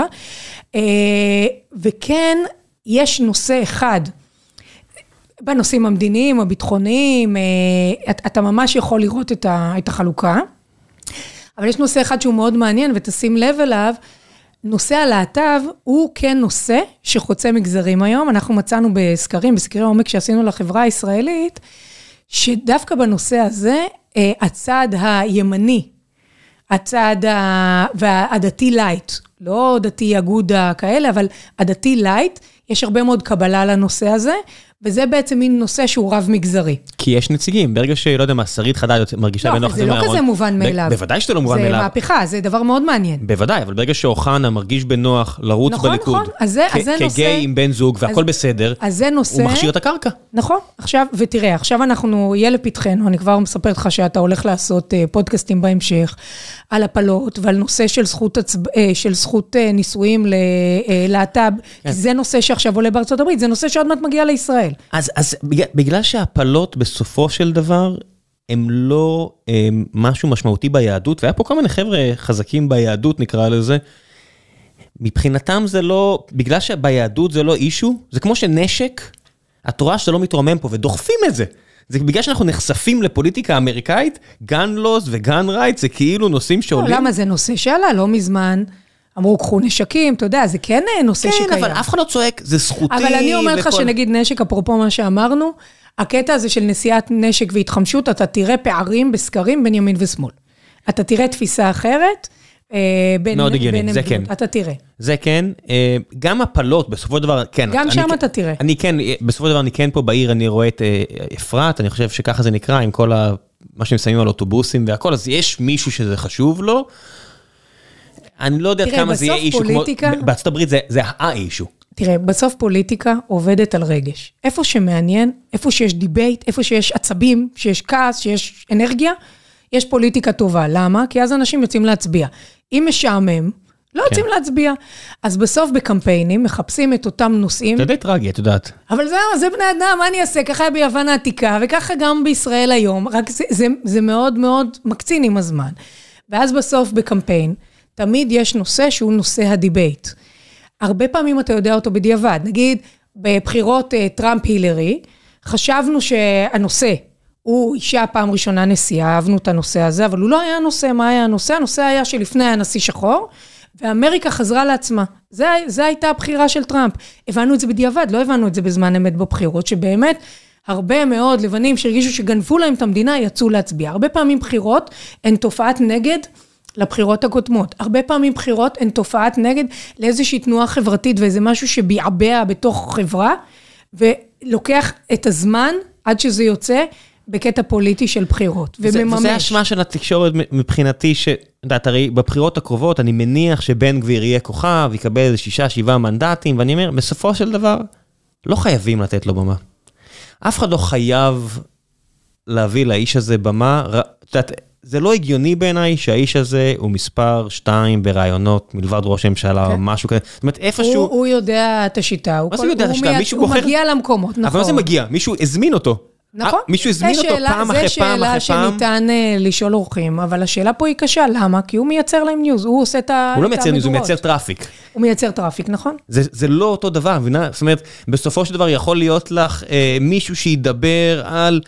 Speaker 2: וכן, יש נושא אחד, בנושאים המדיניים, הביטחוניים, אתה ממש יכול לראות את החלוקה, אבל יש נושא אחד שהוא מאוד מעניין, ותשים לב אליו, נושא הלהט"ב הוא כן נושא שחוצה מגזרים היום, אנחנו מצאנו בסקרים, בסקרי עומק שעשינו לחברה הישראלית, שדווקא בנושא הזה, הצד הימני, הצד והדתי לייט, לא דתי אגודה כאלה, אבל הדתי לייט, יש הרבה מאוד קבלה לנושא הזה, וזה בעצם מין נושא שהוא רב מגזרי.
Speaker 3: כי יש נציגים, ברגע שלא יודע מה, שרית חדד מרגישה בנוח.
Speaker 2: לא, זה לא כזה מובן מאליו.
Speaker 3: בוודאי שזה לא מובן מאליו.
Speaker 2: זה מהפכה, זה דבר מאוד מעניין.
Speaker 3: בוודאי, אבל ברגע שאוחנה מרגיש בנוח לרוץ בליכוד,
Speaker 2: נכון, נכון, אז זה נושא...
Speaker 3: כגיי עם בן זוג והכל בסדר, הוא מכשיר את הקרקע.
Speaker 2: נכון, עכשיו, ותראה, עכשיו אנחנו, יהיה לפתחנו, אני כבר מספרת לך שאתה הולך לעשות פודקאסטים בהמשך, על הפלות ועל נושא של זכות, של זכות נישואים ללהט"ב, כי זה נושא שעכשיו עולה בארצות הברית, זה נושא שעוד מעט מגיע לישראל.
Speaker 3: אז, אז בגלל שהפלות בסופו של דבר, הם לא הם, משהו משמעותי ביהדות, והיה פה כל מיני חבר'ה חזקים ביהדות, נקרא לזה, מבחינתם זה לא, בגלל שביהדות זה לא אישו, זה כמו שנשק, התורה שאתה לא מתרומם פה, ודוחפים את זה. זה בגלל שאנחנו נחשפים לפוליטיקה אמריקאית, גן לוס וגן רייט, זה כאילו נושאים שעולים.
Speaker 2: לא, למה זה נושא שעלה לא מזמן, אמרו, קחו נשקים, אתה יודע, זה כן נושא שקיים.
Speaker 3: כן, אבל אף אחד לא צועק, זה זכותי.
Speaker 2: אבל אני אומרת לך שנגיד נשק, אפרופו מה שאמרנו, הקטע הזה של נשיאת נשק והתחמשות, אתה תראה פערים בסקרים בין ימין ושמאל. אתה תראה תפיסה אחרת,
Speaker 3: מאוד הגיוני, זה כן.
Speaker 2: אתה תראה.
Speaker 3: זה כן, גם הפלות, בסופו של דבר, כן.
Speaker 2: גם שם אתה תראה.
Speaker 3: אני כן, בסופו של דבר, אני כן פה בעיר, אני רואה את אפרת, אני חושב שככה זה נקרא, עם כל מה שהם שמים על אוטובוסים והכל, אז יש מישהו שזה חשוב לו, אני לא יודעת כמה זה יהיה אישו, בארצות הברית זה האישו.
Speaker 2: תראה, בסוף פוליטיקה עובדת על רגש. איפה שמעניין, איפה שיש דיבייט, איפה שיש עצבים, שיש כעס, שיש אנרגיה, יש פוליטיקה טובה. למה? כי אז אנשים יוצאים להצביע. אם משעמם, לא יוצאים להצביע. אז בסוף בקמפיינים מחפשים את אותם נושאים.
Speaker 3: זה די טרגי, את יודעת.
Speaker 2: אבל זהו, זה בני אדם, מה אני אעשה? ככה היה ביוון העתיקה, וככה גם בישראל היום. רק זה, זה, זה מאוד מאוד מקצין עם הזמן. ואז בסוף בקמפיין, תמיד יש נושא שהוא נושא הדיבייט. הרבה פעמים אתה יודע אותו בדיעבד. נגיד, בבחירות טראמפ-הילרי, חשבנו שהנושא, הוא אישה פעם ראשונה נשיאה, אהבנו את הנושא הזה, אבל הוא לא היה הנושא, מה היה הנושא? הנושא היה שלפני היה נשיא שחור, ואמריקה חזרה לעצמה. זה, זה הייתה הבחירה של טראמפ. הבנו את זה בדיעבד, לא הבנו את זה בזמן אמת בבחירות, שבאמת הרבה מאוד לבנים שהרגישו שגנבו להם את המדינה, יצאו להצביע. הרבה פעמים בחירות הן תופעת נגד לבחירות הקודמות. הרבה פעמים בחירות הן תופעת נגד לאיזושהי תנועה חברתית, ואיזה משהו שביעבע בתוך חברה, ולוקח את הזמן עד שזה יוצא בקטע פוליטי של בחירות, ומממש.
Speaker 3: זה השמה של התקשורת מבחינתי, שדעת, הרי בבחירות הקרובות, אני מניח שבן גביר יהיה כוכב, יקבל איזה שישה, שבעה מנדטים, ואני אומר, בסופו של דבר, לא חייבים לתת לו במה. אף אחד לא חייב להביא לאיש הזה במה, את יודעת, זה לא הגיוני בעיניי שהאיש הזה הוא מספר שתיים ברעיונות, מלבד ראש הממשלה או משהו כזה. זאת אומרת, איפשהו...
Speaker 2: הוא יודע את השיטה.
Speaker 3: מה זה יודע את השיטה? מישהו
Speaker 2: בוחר... הוא מגיע למקומות, נכון.
Speaker 3: אבל מה זה מגיע? מישהו הזמין אותו.
Speaker 2: נכון.
Speaker 3: מישהו הזמין אותו פעם אחרי פעם אחרי פעם.
Speaker 2: זה שאלה שניתן לשאול אורחים, אבל השאלה פה היא קשה. למה? כי הוא מייצר להם ניוז. הוא עושה את המדורות.
Speaker 3: הוא לא מייצר ניוז, הוא מייצר טראפיק.
Speaker 2: הוא מייצר טראפיק, נכון?
Speaker 3: זה לא אותו דבר, מבינה? זאת אומרת, בסופו של דבר יכול להיות לך מישהו שידבר על...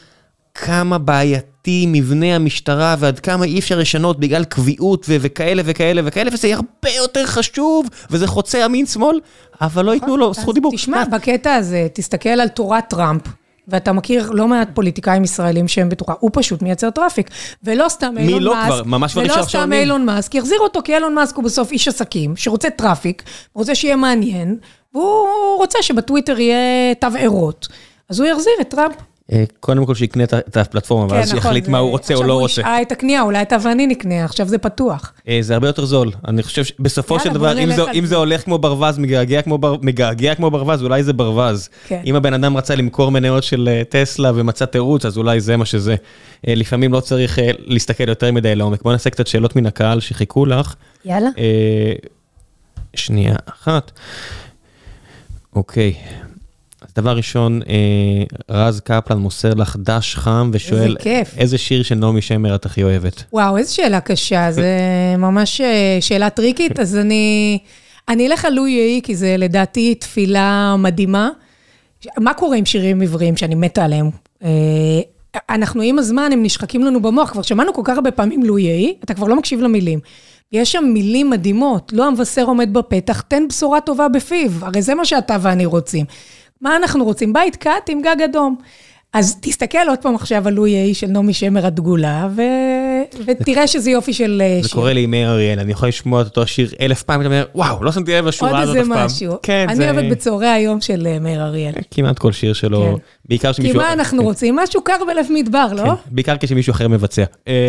Speaker 3: כמה בעייתי מבנה המשטרה, ועד כמה אי אפשר לשנות בגלל קביעות ו- וכאלה וכאלה וכאלה, וזה הרבה יותר חשוב, וזה חוצה ימין שמאל, אבל לא ייתנו לו זכות דיבור.
Speaker 2: תשמע, בקטע הזה, תסתכל על תורת טראמפ, ואתה מכיר לא מעט פוליטיקאים ישראלים שהם בטוחה, הוא פשוט מייצר טראפיק, ולא סתם אילון
Speaker 3: לא
Speaker 2: מאסק,
Speaker 3: ממש
Speaker 2: ולא סתם אילון מאסק, יחזיר אותו, כי אילון מאסק הוא בסוף איש עסקים, שרוצה טראפיק, רוצה שיהיה מעניין, והוא רוצה שבטוויטר יהיה תבערות, אז הוא יחזיר את טראמפ.
Speaker 3: קודם כל שיקנה את הפלטפורמה, ואז יחליט מה הוא רוצה או לא רוצה. עכשיו הוא
Speaker 2: ישעה את הקנייה, אולי אתה ואני נקנה, עכשיו זה פתוח.
Speaker 3: זה הרבה יותר זול. אני חושב שבסופו של דבר, אם זה הולך כמו ברווז, מגעגע כמו ברווז, אולי זה ברווז. אם הבן אדם רצה למכור מניות של טסלה ומצא תירוץ, אז אולי זה מה שזה. לפעמים לא צריך להסתכל יותר מדי לעומק. בוא נעשה קצת שאלות מן הקהל שחיכו לך.
Speaker 2: יאללה.
Speaker 3: שנייה אחת. אוקיי. אז דבר ראשון, רז קפלן מוסר לך דש חם ושואל, איזה שיר של נעמי שמר את הכי אוהבת?
Speaker 2: וואו, איזו שאלה קשה, זה ממש שאלה טריקית, אז אני, אני אלך על לואי יהי, כי זה לדעתי תפילה מדהימה. מה קורה עם שירים עבריים שאני מתה עליהם? אנחנו עם הזמן, הם נשחקים לנו במוח, כבר שמענו כל כך הרבה פעמים לואי יהי, אתה כבר לא מקשיב למילים. יש שם מילים מדהימות, לא המבשר עומד בפתח, תן בשורה טובה בפיו, הרי זה מה שאתה ואני רוצים. מה אנחנו רוצים? בית קט עם גג אדום. אז תסתכל עוד פעם עכשיו על לואי יהי של נעמי שמר הדגולה, ותראה שזה יופי של שיר.
Speaker 3: זה קורא לי מאיר אריאל, אני יכול לשמוע את אותו שיר אלף פעם, ואתה אומר, וואו, לא שמתי לב לשורה הזאת אף פעם.
Speaker 2: עוד איזה משהו. אני אוהבת בצהרי היום של מאיר אריאל.
Speaker 3: כמעט כל שיר שלו, בעיקר שמישהו...
Speaker 2: כי מה אנחנו רוצים? משהו קר בלב מדבר, לא?
Speaker 3: בעיקר כשמישהו אחר מבצע.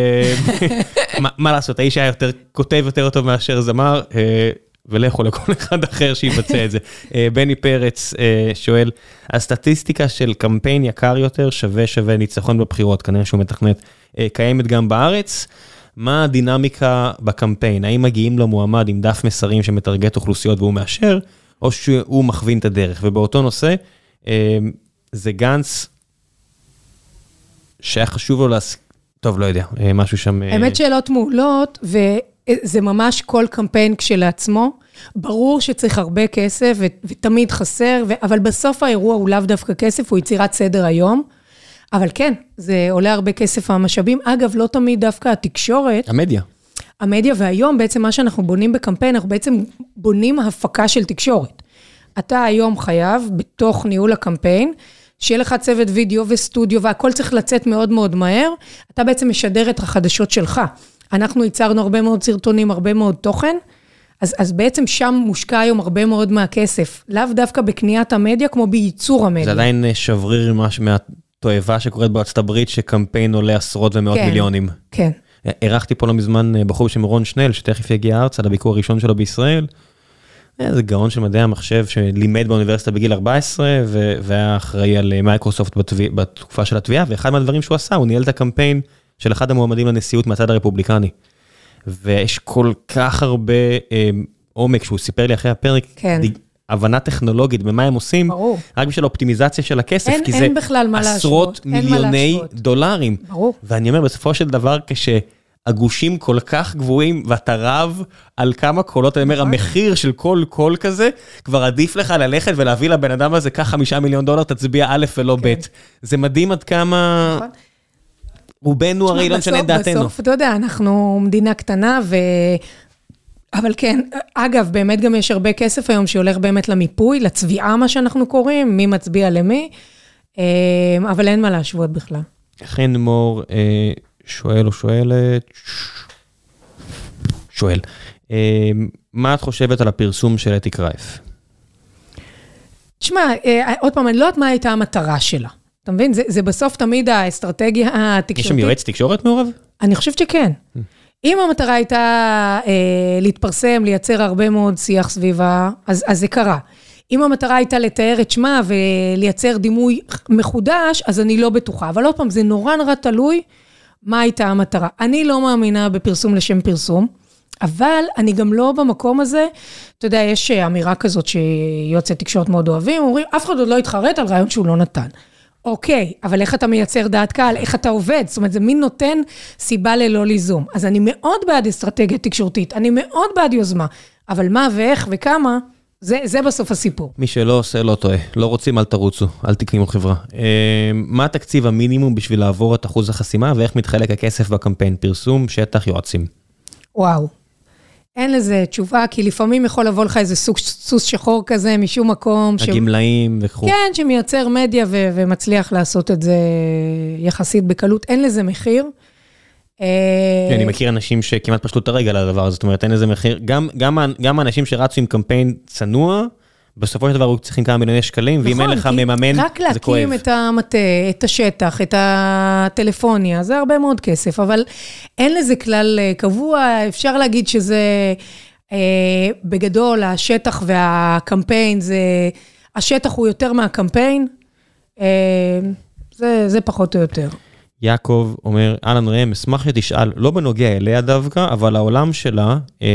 Speaker 3: מה לעשות, האיש היה יותר, כותב יותר טוב מאשר זמר, ולכו לכל אחד אחר שיבצע את זה. בני פרץ שואל, הסטטיסטיקה של קמפיין יקר יותר שווה שווה ניצחון בבחירות, כנראה שהוא מתכנת, קיימת גם בארץ. מה הדינמיקה בקמפיין? האם מגיעים למועמד עם דף מסרים שמטרגט אוכלוסיות והוא מאשר, או שהוא מכווין את הדרך? ובאותו נושא, זה גנץ שהיה חשוב לו להס... טוב, לא יודע, משהו שם...
Speaker 2: האמת שאלות מעולות, ו... זה ממש כל קמפיין כשלעצמו, ברור שצריך הרבה כסף ו- ותמיד חסר, ו- אבל בסוף האירוע הוא לאו דווקא כסף, הוא יצירת סדר היום, אבל כן, זה עולה הרבה כסף המשאבים, אגב, לא תמיד דווקא התקשורת.
Speaker 3: המדיה.
Speaker 2: המדיה, והיום בעצם מה שאנחנו בונים בקמפיין, אנחנו בעצם בונים הפקה של תקשורת. אתה היום חייב, בתוך ניהול הקמפיין, שיהיה לך צוות וידאו וסטודיו, והכל צריך לצאת מאוד מאוד מהר, אתה בעצם משדר את החדשות שלך. אנחנו ייצרנו הרבה מאוד סרטונים, הרבה מאוד תוכן, אז, אז בעצם שם מושקע היום הרבה מאוד מהכסף, לאו דווקא בקניית המדיה, כמו בייצור המדיה.
Speaker 3: זה עדיין שבריר ממש מהתועבה שקורית בארצות הברית, שקמפיין עולה עשרות ומאות
Speaker 2: כן,
Speaker 3: מיליונים.
Speaker 2: כן.
Speaker 3: ערכתי פה לא מזמן בחור בשם רון שנל, שתכף יגיע ארצה, לביקור הראשון שלו בישראל, זה גאון של מדעי המחשב, שלימד באוניברסיטה בגיל ארבע עשרה, והיה אחראי על מייקרוסופט בתקופה של התביעה, ואחד מהדברים שהוא עשה, הוא ניהל את הקמפיין של אחד המועמדים לנשיאות מהצד הרפובליקני. ויש כל כך הרבה אה, עומק, שהוא סיפר לי אחרי הפרק,
Speaker 2: כן.
Speaker 3: דיג, הבנה טכנולוגית במה הם עושים,
Speaker 2: ברור.
Speaker 3: רק בשביל האופטימיזציה של הכסף,
Speaker 2: אין,
Speaker 3: כי
Speaker 2: אין
Speaker 3: זה עשרות מיליוני דולרים.
Speaker 2: ברור.
Speaker 3: ואני אומר, בסופו של דבר, כשהגושים כל כך גבוהים, ואתה רב על כמה קולות, אני אומר, המחיר של כל קול כזה, כבר עדיף לך ללכת ולהביא לבן אדם הזה, כך חמישה מיליון דולר, תצביע א' ולא ב'. זה מדהים עד כמה... נכון. רובנו הרי לא משנה דעתנו.
Speaker 2: בסוף, אתה יודע, אנחנו מדינה קטנה, ו... אבל כן, אגב, באמת גם יש הרבה כסף היום שהולך באמת למיפוי, לצביעה מה שאנחנו קוראים, מי מצביע למי, אבל אין מה להשוות בכלל.
Speaker 3: חן מור שואל או שואלת, שואל, מה את חושבת על הפרסום של אתי קרייף?
Speaker 2: תשמע, עוד פעם, אני לא יודעת מה הייתה המטרה שלה. אתה מבין? זה, זה בסוף תמיד האסטרטגיה התקשורתית.
Speaker 3: יש שם יועץ תקשורת מעורב?
Speaker 2: אני חושבת שכן. אם המטרה הייתה אה, להתפרסם, לייצר הרבה מאוד שיח סביבה, אז, אז זה קרה. אם המטרה הייתה לתאר את שמה ולייצר דימוי מחודש, אז אני לא בטוחה. אבל עוד פעם, זה נורא נורא תלוי מה הייתה המטרה. אני לא מאמינה בפרסום לשם פרסום, אבל אני גם לא במקום הזה, אתה יודע, יש אמירה כזאת שיוצאי תקשורת מאוד אוהבים, אומרים, אף אחד עוד לא התחרט על רעיון שהוא לא נתן. אוקיי, אבל איך אתה מייצר דעת קהל, איך אתה עובד, זאת אומרת, זה מין נותן סיבה ללא ליזום. אז אני מאוד בעד אסטרטגיה תקשורתית, אני מאוד בעד יוזמה, אבל מה ואיך וכמה, זה, זה בסוף הסיפור.
Speaker 3: מי שלא עושה לא טועה, לא רוצים אל תרוצו, אל תקנימו חברה. מה התקציב המינימום בשביל לעבור את אחוז החסימה, ואיך מתחלק הכסף בקמפיין? פרסום, שטח, יועצים.
Speaker 2: וואו, אין לזה תשובה, כי לפעמים יכול לבוא לך איזה סוג סוס שחור כזה משום מקום.
Speaker 3: הגמלאים וכו'.
Speaker 2: כן, שמייצר מדיה ו- ומצליח לעשות את זה יחסית בקלות, אין לזה מחיר.
Speaker 3: אני מכיר אנשים שכמעט פשטו את הרגע לדבר הזה, זאת אומרת, אין לזה מחיר, גם האנשים שרצו עם קמפיין צנוע, בסופו של דבר הוא צריכים כמה מיליוני שקלים, ואם אין לך מממן, זה כואב.
Speaker 2: רק להקים את המטה, את השטח, את הטלפוניה, זה הרבה מאוד כסף, אבל אין לזה כלל קבוע, אפשר להגיד שזה בגדול, השטח והקמפיין, השטח הוא יותר מהקמפיין, זה פחות או יותר.
Speaker 3: יעקב אומר, אלן ראם, אשמח שתשאל, לא בנוגע אליה דווקא, אבל העולם שלה,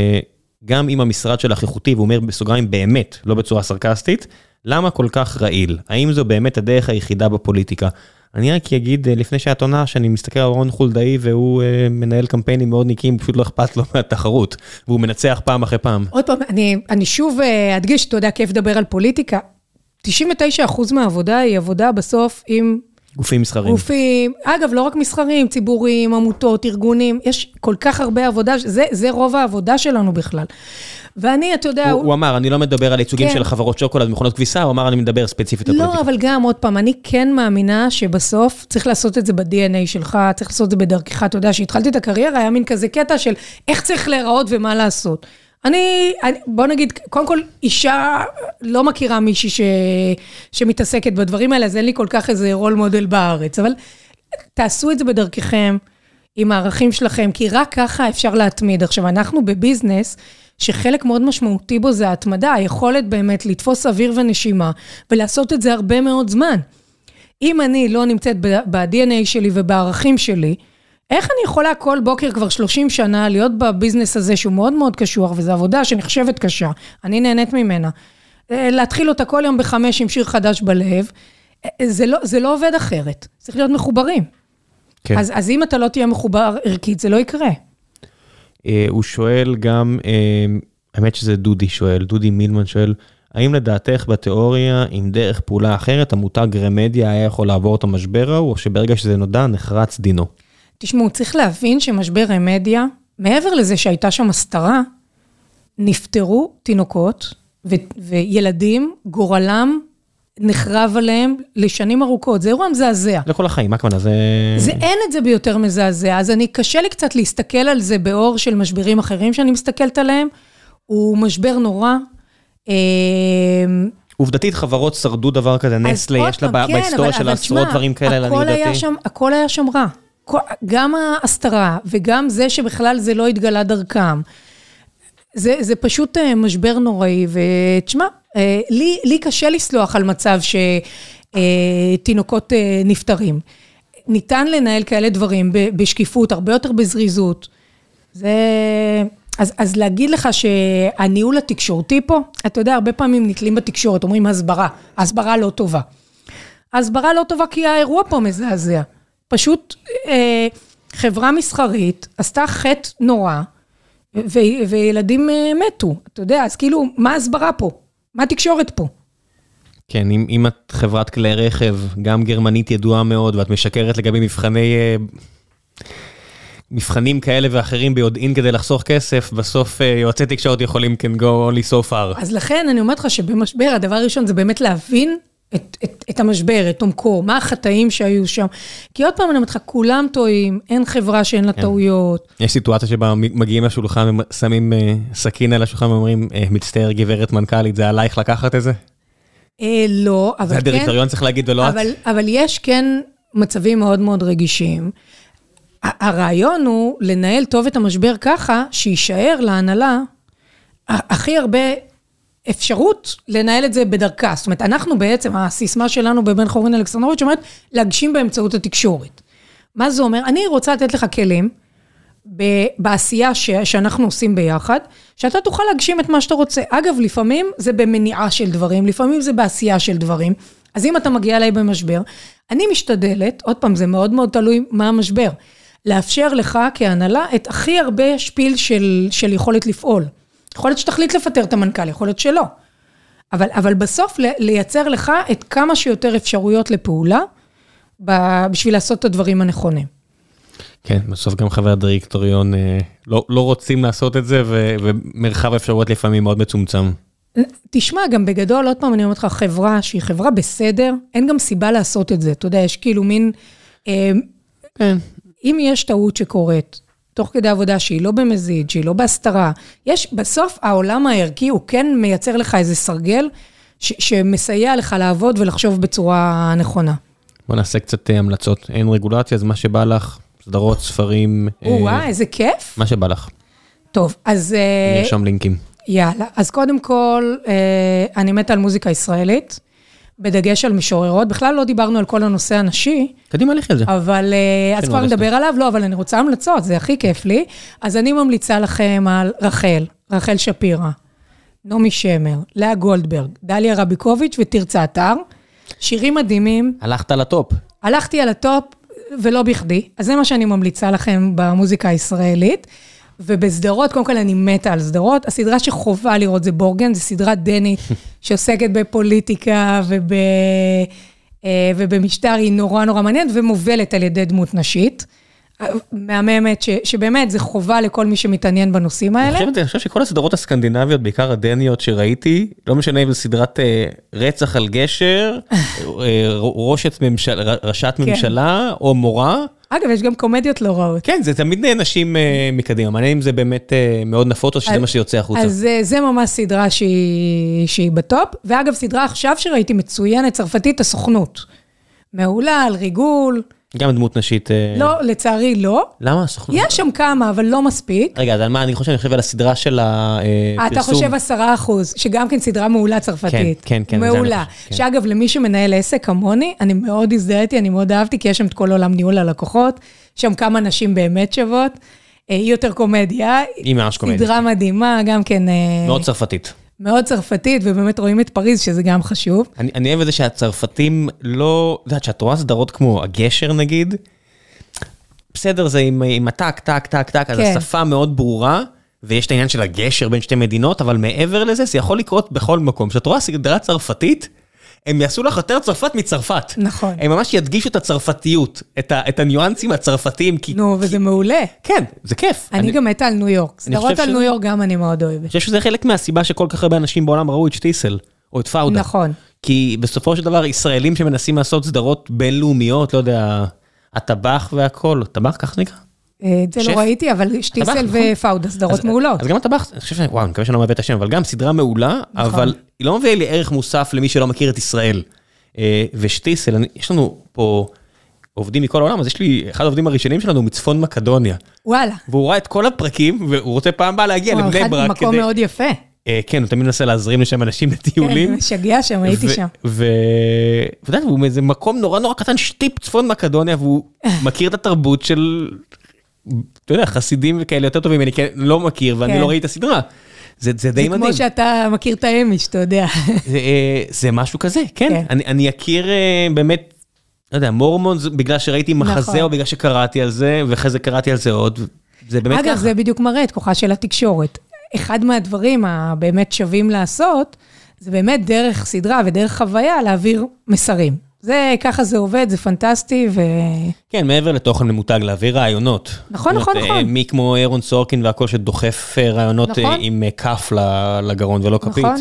Speaker 3: גם אם המשרד שלך איכותי, והוא אומר בסוגריים באמת, לא בצורה סרקסטית, למה כל כך רעיל? האם זו באמת הדרך היחידה בפוליטיקה? אני רק אגיד, לפני שאת עונה, שאני מסתכל על רון חולדאי, והוא מנהל קמפיינים מאוד ניקים, פשוט לא אכפת לו מהתחרות, והוא מנצח פעם אחרי פעם.
Speaker 2: עוד פעם, אני, אני שוב אדגיש, אתה יודע, כיף לדבר על פוליטיקה, תשעים ותשעה אחוז מהעבודה היא עבודה בסוף עם...
Speaker 3: גופים מסחרים.
Speaker 2: גופים, אגב, לא רק מסחרים, ציבוריים, עמותות, ארגונים, יש כל כך הרבה עבודה, זה, זה רוב העבודה שלנו בכלל. ואני, אתה יודע...
Speaker 3: הוא, הוא אמר, אני לא מדבר על ייצוגים כן. של חברות שוקולד, מכונות כביסה, הוא אמר, אני מדבר ספציפית על
Speaker 2: לא,
Speaker 3: פוליטיקה.
Speaker 2: אבל גם, עוד פעם, אני כן מאמינה שבסוף צריך לעשות את זה ב-די אן איי שלך, צריך לעשות את זה בדרכך, אתה יודע, שהתחלתי את הקריירה, היה מין כזה קטע של איך צריך להיראות ומה לעשות. אני, אני, בוא נגיד, קודם כל, אישה לא מכירה מישהי ש, שמתעסקת בדברים האלה, אז אין לי כל כך איזה רול מודל בארץ, אבל תעשו את זה בדרככם, עם הערכים שלכם, כי רק ככה אפשר להתמיד. עכשיו, אנחנו בביזנס, שחלק מאוד משמעותי בו זה ההתמדה, היכולת באמת לתפוס אוויר ונשימה, ולעשות את זה הרבה מאוד זמן. אם אני לא נמצאת ב-די אן איי שלי ובערכים שלי, איך אני יכולה כל בוקר כבר שלושים שנה להיות בביזנס הזה שהוא מאוד מאוד קשוח, וזו עבודה שנחשבת קשה, אני נהנית ממנה. להתחיל אותה כל יום בחמש עם שיר חדש בלב, זה לא, זה לא עובד אחרת, צריך להיות מחוברים. כן. אז, אז אם אתה לא תהיה מחובר ערכית, זה לא יקרה.
Speaker 3: הוא שואל גם, האמת שזה דודי שואל, דודי מילמן שואל, האם לדעתך בתיאוריה, עם דרך פעולה אחרת, המותג רמדיה היה יכול לעבור את המשבר ההוא, או שברגע שזה נודע, נחרץ דינו?
Speaker 2: תשמעו, צריך להבין שמשבר רמדיה, מעבר לזה שהייתה שם הסתרה, נפטרו תינוקות ו- וילדים, גורלם נחרב עליהם לשנים ארוכות. זה אירוע מזעזע.
Speaker 3: לכל החיים, מה כמובן? זה...
Speaker 2: זה אין את זה ביותר מזעזע, אז אני קשה לי קצת להסתכל על זה באור של משברים אחרים שאני מסתכלת עליהם. הוא משבר נורא.
Speaker 3: עובדתית חברות שרדו דבר כזה, נסלה, יש לה בהיסטוריה של עשרות דברים כאלה, אני יודעתי.
Speaker 2: הכל היה שם רע. גם ההסתרה, וגם זה שבכלל זה לא התגלה דרכם. זה, זה פשוט משבר נוראי, ותשמע, לי, לי קשה לסלוח על מצב שתינוקות נפטרים. ניתן לנהל כאלה דברים בשקיפות, הרבה יותר בזריזות. זה... אז, אז להגיד לך שהניהול התקשורתי פה, אתה יודע, הרבה פעמים נתלים בתקשורת, אומרים הסברה, הסברה לא טובה. הסברה לא טובה כי האירוע פה מזעזע. פשוט אה, חברה מסחרית עשתה חטא נורא, ו- וילדים אה, מתו. אתה יודע, אז כאילו, מה הסברה פה? מה התקשורת פה?
Speaker 3: כן, אם, אם את חברת כלי רכב, גם גרמנית ידועה מאוד, ואת משקרת לגבי מבחני... אה... מבחנים כאלה ואחרים ביודעין כדי לחסוך כסף, בסוף יועצי תקשורת יכולים can go only so far.
Speaker 2: אז לכן אני אומרת לך שבמשבר, הדבר הראשון זה באמת להבין את, את, את המשבר, את עומקו, מה החטאים שהיו שם. כי עוד פעם אני אומרת לך, כולם טועים, אין חברה שאין לה טעויות.
Speaker 3: יש סיטואציה שבה מגיעים לשולחן, שמים סכין על השולחן ואומרים, מצטער גברת מנכ"לית, זה עלייך לקחת את זה?
Speaker 2: לא, אבל כן.
Speaker 3: זה הדירקטוריון צריך להגיד ולא את?
Speaker 2: אבל יש כן מצבים מאוד מאוד רגישים. הרעיון הוא לנהל טוב את המשבר ככה, שישאר להנהלה הכי הרבה אפשרות לנהל את זה בדרכה. זאת אומרת, אנחנו בעצם, הסיסמה שלנו בבן חורין אלכסנדרוביץ' אומרת, להגשים באמצעות התקשורת. מה זה אומר? אני רוצה לתת לך כלים, בעשייה שאנחנו עושים ביחד, שאתה תוכל להגשים את מה שאתה רוצה. אגב, לפעמים זה במניעה של דברים, לפעמים זה בעשייה של דברים. אז אם אתה מגיע אליי במשבר, אני משתדלת, עוד פעם, זה מאוד מאוד תלוי מה המשבר, לאפשר לך כהנהלה את הכי הרבה שפיל של, של יכולת לפעול. יכולת שתחליט לפטר את המנכ"ל, יכולת שלא. אבל, אבל בסוף לייצר לך את כמה שיותר אפשרויות לפעולה, בשביל לעשות את הדברים הנכונים.
Speaker 3: כן, בסוף גם חברי הדירקטוריון לא, לא רוצים לעשות את זה, ו, ומרחב האפשרויות לפעמים מאוד מצומצם.
Speaker 2: תשמע, גם בגדול, עוד פעם אני אומרת לך, חברה שהיא חברה בסדר, אין גם סיבה לעשות את זה. אתה יודע, יש כאילו מין, אה,
Speaker 3: כן.
Speaker 2: אם יש טעות שקורית, תוך כדי עבודה שהיא לא במזיד, שהיא לא בהסתרה, יש, בסוף העולם הערכי הוא כן מייצר לך איזה סרגל, ש, שמסייע לך לעבוד ולחשוב בצורה נכונה.
Speaker 3: בוא נעשה קצת המלצות. אין רגולציה, אז מה שבא לך, סדרות, ספרים.
Speaker 2: וואי, איזה כיף.
Speaker 3: מה שבא לך.
Speaker 2: טוב, אז...
Speaker 3: נרשם לינקים.
Speaker 2: יאללה, אז קודם כל, אני מתה על מוזיקה ישראלית, בדגש על משוררות, בכלל לא דיברנו על כל הנושא הנשי.
Speaker 3: קדימה לכי על זה.
Speaker 2: אבל, אז כבר נדבר עליו, לא, אבל אני רוצה המלצות, זה הכי כיף לי. אז אני ממליצה לכם על רחל, רחל שפירא, נעמי שמר, לאה גולדברג, דליה רביקוביץ' ותרצה אתר, שירים מדהימים.
Speaker 3: הלכת על הטופ.
Speaker 2: הלכתי על הטופ, ולא בכדי. אז זה מה שאני ממליצה לכם במוזיקה הישראלית. ובסדרות, קודם כל אני מתה על סדרות, הסדרה שחובה לראות זה בורגן, זו סדרה דנית שעוסקת בפוליטיקה וב, ובמשטר, היא נורא נורא מעניינת ומובלת על ידי דמות נשית, מהממת, ש, שבאמת זה חובה לכל מי שמתעניין בנושאים האלה.
Speaker 3: אני חושב שכל הסדרות הסקנדינביות, בעיקר הדניות שראיתי, לא משנה אם זו סדרת רצח על גשר, ראשת ממשלה, ראשת ממשלה או מורה,
Speaker 2: אגב, יש גם קומדיות לא רעות.
Speaker 3: כן, זה תמיד אנשים מקדימה. מעניין אם זה באמת מאוד נפוט או שזה מה שיוצא החוצה.
Speaker 2: אז זה ממש סדרה שהיא בטופ. ואגב, סדרה עכשיו שראיתי מצוינת, צרפתית, הסוכנות. מעולה, על ריגול.
Speaker 3: גם דמות נשית.
Speaker 2: לא, לצערי לא.
Speaker 3: למה הסוכנות?
Speaker 2: יש שם כמה, אבל לא מספיק.
Speaker 3: רגע, אז על מה אני חושב? אני חושב על הסדרה של הפרסום.
Speaker 2: אתה חושב עשרה אחוז, שגם כן סדרה מעולה צרפתית.
Speaker 3: כן, כן, כן.
Speaker 2: מעולה. שאגב, למי שמנהל עסק כמוני, אני מאוד הזדהיתי, אני מאוד אהבתי, כי יש שם את כל עולם ניהול הלקוחות, שם כמה נשים באמת שוות, היא יותר קומדיה.
Speaker 3: היא ממש קומדיה.
Speaker 2: סדרה מדהימה, גם כן.
Speaker 3: מאוד צרפתית.
Speaker 2: מאוד צרפתית, ובאמת רואים את פריז, שזה גם חשוב.
Speaker 3: אני, אני אוהב את זה שהצרפתים לא, יודעת, שאת רואה סדרות כמו הגשר נגיד, בסדר, זה עם, עם הטק, טק, טק, טק, אז השפה מאוד ברורה, ויש את העניין של הגשר בין שתי מדינות, אבל מעבר לזה, זה יכול לקרות בכל מקום. כשאת רואה סדרה צרפתית, הם יעשו לך יותר צרפת מצרפת.
Speaker 2: נכון.
Speaker 3: הם ממש ידגישו את הצרפתיות, את, ה, את הניואנסים הצרפתיים. כי,
Speaker 2: נו, וזה
Speaker 3: כי...
Speaker 2: מעולה.
Speaker 3: כן, זה כיף.
Speaker 2: אני, אני גם מתה על ניו יורק. סדרות על ניו יורק גם אני מאוד אוהבת. אני
Speaker 3: חושב שזה חלק מהסיבה שכל כך הרבה אנשים בעולם ראו את שטיסל, או את פאודה.
Speaker 2: נכון.
Speaker 3: כי בסופו של דבר, ישראלים שמנסים לעשות סדרות בינלאומיות, לא יודע, הטבח והכל, טבח, כך נקרא?
Speaker 2: את זה לא ראיתי, אבל שטיסל ופאודה, סדרות מעולות.
Speaker 3: אז גם הטבח, אני חושב ש... וואו, אני מקווה שאני לא מביא את השם, אבל גם סדרה מעולה, אבל היא לא מביאה לי ערך מוסף למי שלא מכיר את ישראל. ושטיסל, יש לנו פה עובדים מכל העולם, אז יש לי, אחד העובדים הראשונים שלנו מצפון מקדוניה.
Speaker 2: וואלה.
Speaker 3: והוא ראה את כל הפרקים, והוא רוצה פעם באה להגיע לבני ברק.
Speaker 2: מקום מאוד יפה.
Speaker 3: כן, הוא תמיד מנסה להזרים לשם אנשים לטיולים.
Speaker 2: כן, משגע שם, הייתי שם.
Speaker 3: ואתה יודע, הוא מאיזה מקום נורא נורא קטן, שטיפ צפון מקדוניה, והוא מכיר את התרבות של, אתה יודע, חסידים וכאלה יותר טובים, אני לא מכיר, ואני לא ראיתי את הסדרה. זה די מדהים.
Speaker 2: זה כמו שאתה מכיר את האמיש, אתה יודע.
Speaker 3: זה משהו כזה, כן. אני אכיר באמת, לא יודע, מורמון, בגלל שראיתי מחזה, או בגלל שקראתי על זה, ואחרי זה קראתי על זה עוד, זה באמת ככה.
Speaker 2: אגב, זה בדיוק מראה את כוחה של התקשורת. אחד מהדברים הבאמת שווים לעשות, זה באמת דרך סדרה ודרך חוויה להעביר מסרים. זה, ככה זה עובד, זה פנטסטי ו... כן,
Speaker 3: מעבר לתוכן ממותג, להעביר רעיונות.
Speaker 2: נכון, נכון, נכון.
Speaker 3: מי כמו אירון סורקין והכל שדוחף רעיונות עם כף לגרון ולא כפית. נכון.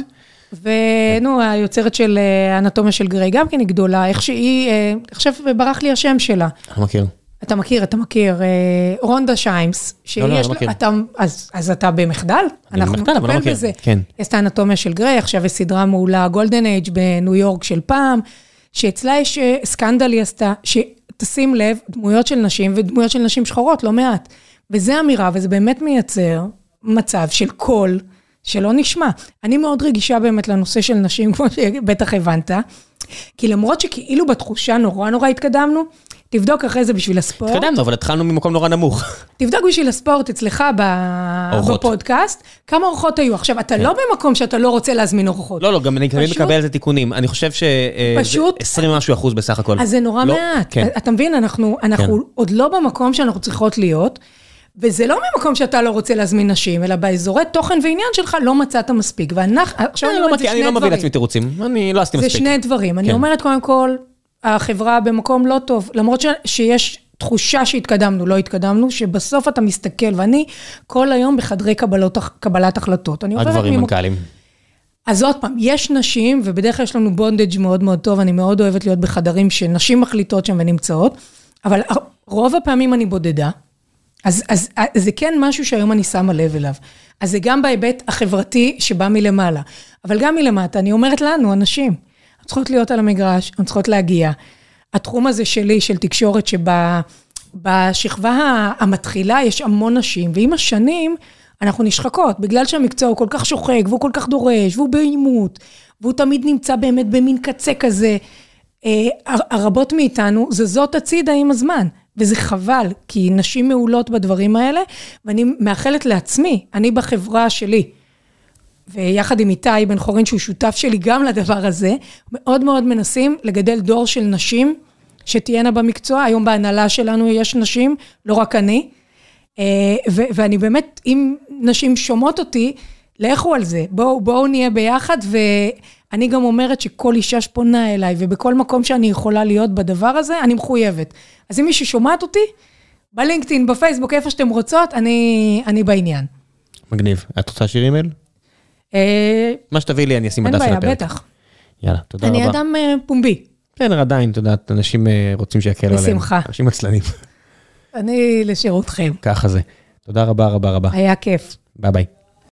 Speaker 2: ונו, היוצרת של אנטומיה של גריי, גם כן היא גדולה, איך שהיא, עכשיו ברח לי השם שלה.
Speaker 3: אני מכיר.
Speaker 2: אתה מכיר, אתה מכיר, רונדה שיימס,
Speaker 3: לא, לא, לא מכיר.
Speaker 2: אז אתה במחדל?
Speaker 3: אני במחדל, אבל לא מכיר. כן.
Speaker 2: יש את האנטומיה של גריי, עכשיו יש סדרה מעולה, גולדן אייג' בניו יורק של פעם, שאצלה יש סקנדל היא עשתה, שתשים לב, דמויות של נשים ודמויות של נשים שחורות, לא מעט. וזה אמירה, וזה באמת מייצר מצב של קול, שלא נשמע. אני מאוד רגישה באמת לנושא של נשים, כמו שבטח הבנת, כי למרות שכאילו בתחושה נורא נורא התקדמנו, תבדוק אחרי זה בשביל הספורט.
Speaker 3: התקדמנו, אבל התחלנו ממקום נורא נמוך.
Speaker 2: תבדוק בשביל הספורט אצלך בפודקאסט, כמה אורחות היו. עכשיו, אתה לא במקום שאתה לא רוצה להזמין אורחות.
Speaker 3: לא, לא, גם אני תמיד מקבל את התיקונים. אני חושב ש-עשרים משהו אחוז בסך הכל.
Speaker 2: אז זה נורא מעט. אתה מבין, אנחנו עוד לא במקום שאנחנו צריכות להיות, וזה לא ממקום שאתה לא רוצה להזמין נשים, אלא באזורי תוכן ועניין שלך לא מצאת מספיק. ואנחנו, עכשיו אני אומרת, זה שני דברים.
Speaker 3: אני לא מביא לעצמי תירוצים, אני לא עשיתי מספיק.
Speaker 2: זה שני דברים. אני אומרת, קודם כל, החברה במקום לא טוב, למרות שיש תחושה שהתקדמנו, לא התקדמנו, שבסוף אתה מסתכל, ואני כל היום בחדרי קבלת החלטות.
Speaker 3: הדברים מנכ"לים.
Speaker 2: אז עוד פעם, יש נשים, ובדרך כלל יש לנו בונדג' מאוד מאוד טוב, אני מאוד אוהבת להיות בחדרים שנשים מחליטות שם ונמצאות, אבל רוב הפעמים אני בודדה, אז, אז, אז זה כן משהו שהיום אני שמה לב אליו. אז זה גם בהיבט החברתי שבא מלמעלה, אבל גם מלמטה, אני אומרת לנו, אנשים, צריכות להיות על המגרש, צריכות להגיע. התחום הזה שלי, של תקשורת, שבשכבה המתחילה יש המון נשים, ועם השנים אנחנו נשחקות, בגלל שהמקצוע הוא כל כך שוחק, והוא כל כך דורש, והוא באימות, והוא תמיד נמצא באמת במין קצה כזה. הרבות מאיתנו, זה זאת הצידה עם הזמן, וזה חבל, כי נשים מעולות בדברים האלה, ואני מאחלת לעצמי, אני בחברה שלי, ויחד עם איתי בן חורין, שהוא שותף שלי גם לדבר הזה, מאוד מאוד מנסים לגדל דור של נשים, שתהיינה במקצוע, היום בהנהלה שלנו יש נשים, לא רק אני, ו- ואני באמת, אם נשים שומעות אותי, לכו על זה, בואו, בואו נהיה ביחד, ואני גם אומרת שכל אישה שפונה אליי, ובכל מקום שאני יכולה להיות בדבר הזה, אני מחויבת. אז אם מישהו שומעת אותי, בלינקדאין, בפייסבוק, איפה שאתם רוצות, אני, אני בעניין.
Speaker 3: מגניב. את רוצה שיר אימייל? מה שתביא לי, אני אשים בדף של הפרק.
Speaker 2: אין בעיה, בטח.
Speaker 3: יאללה, תודה רבה.
Speaker 2: אני אדם פומבי.
Speaker 3: כן, עדיין, אתה יודעת, אנשים רוצים שיקלו עליהם.
Speaker 2: בשמחה.
Speaker 3: אנשים עצלנים.
Speaker 2: אני לשירותכם.
Speaker 3: ככה זה. תודה רבה, רבה, רבה.
Speaker 2: היה כיף.
Speaker 3: ביי ביי.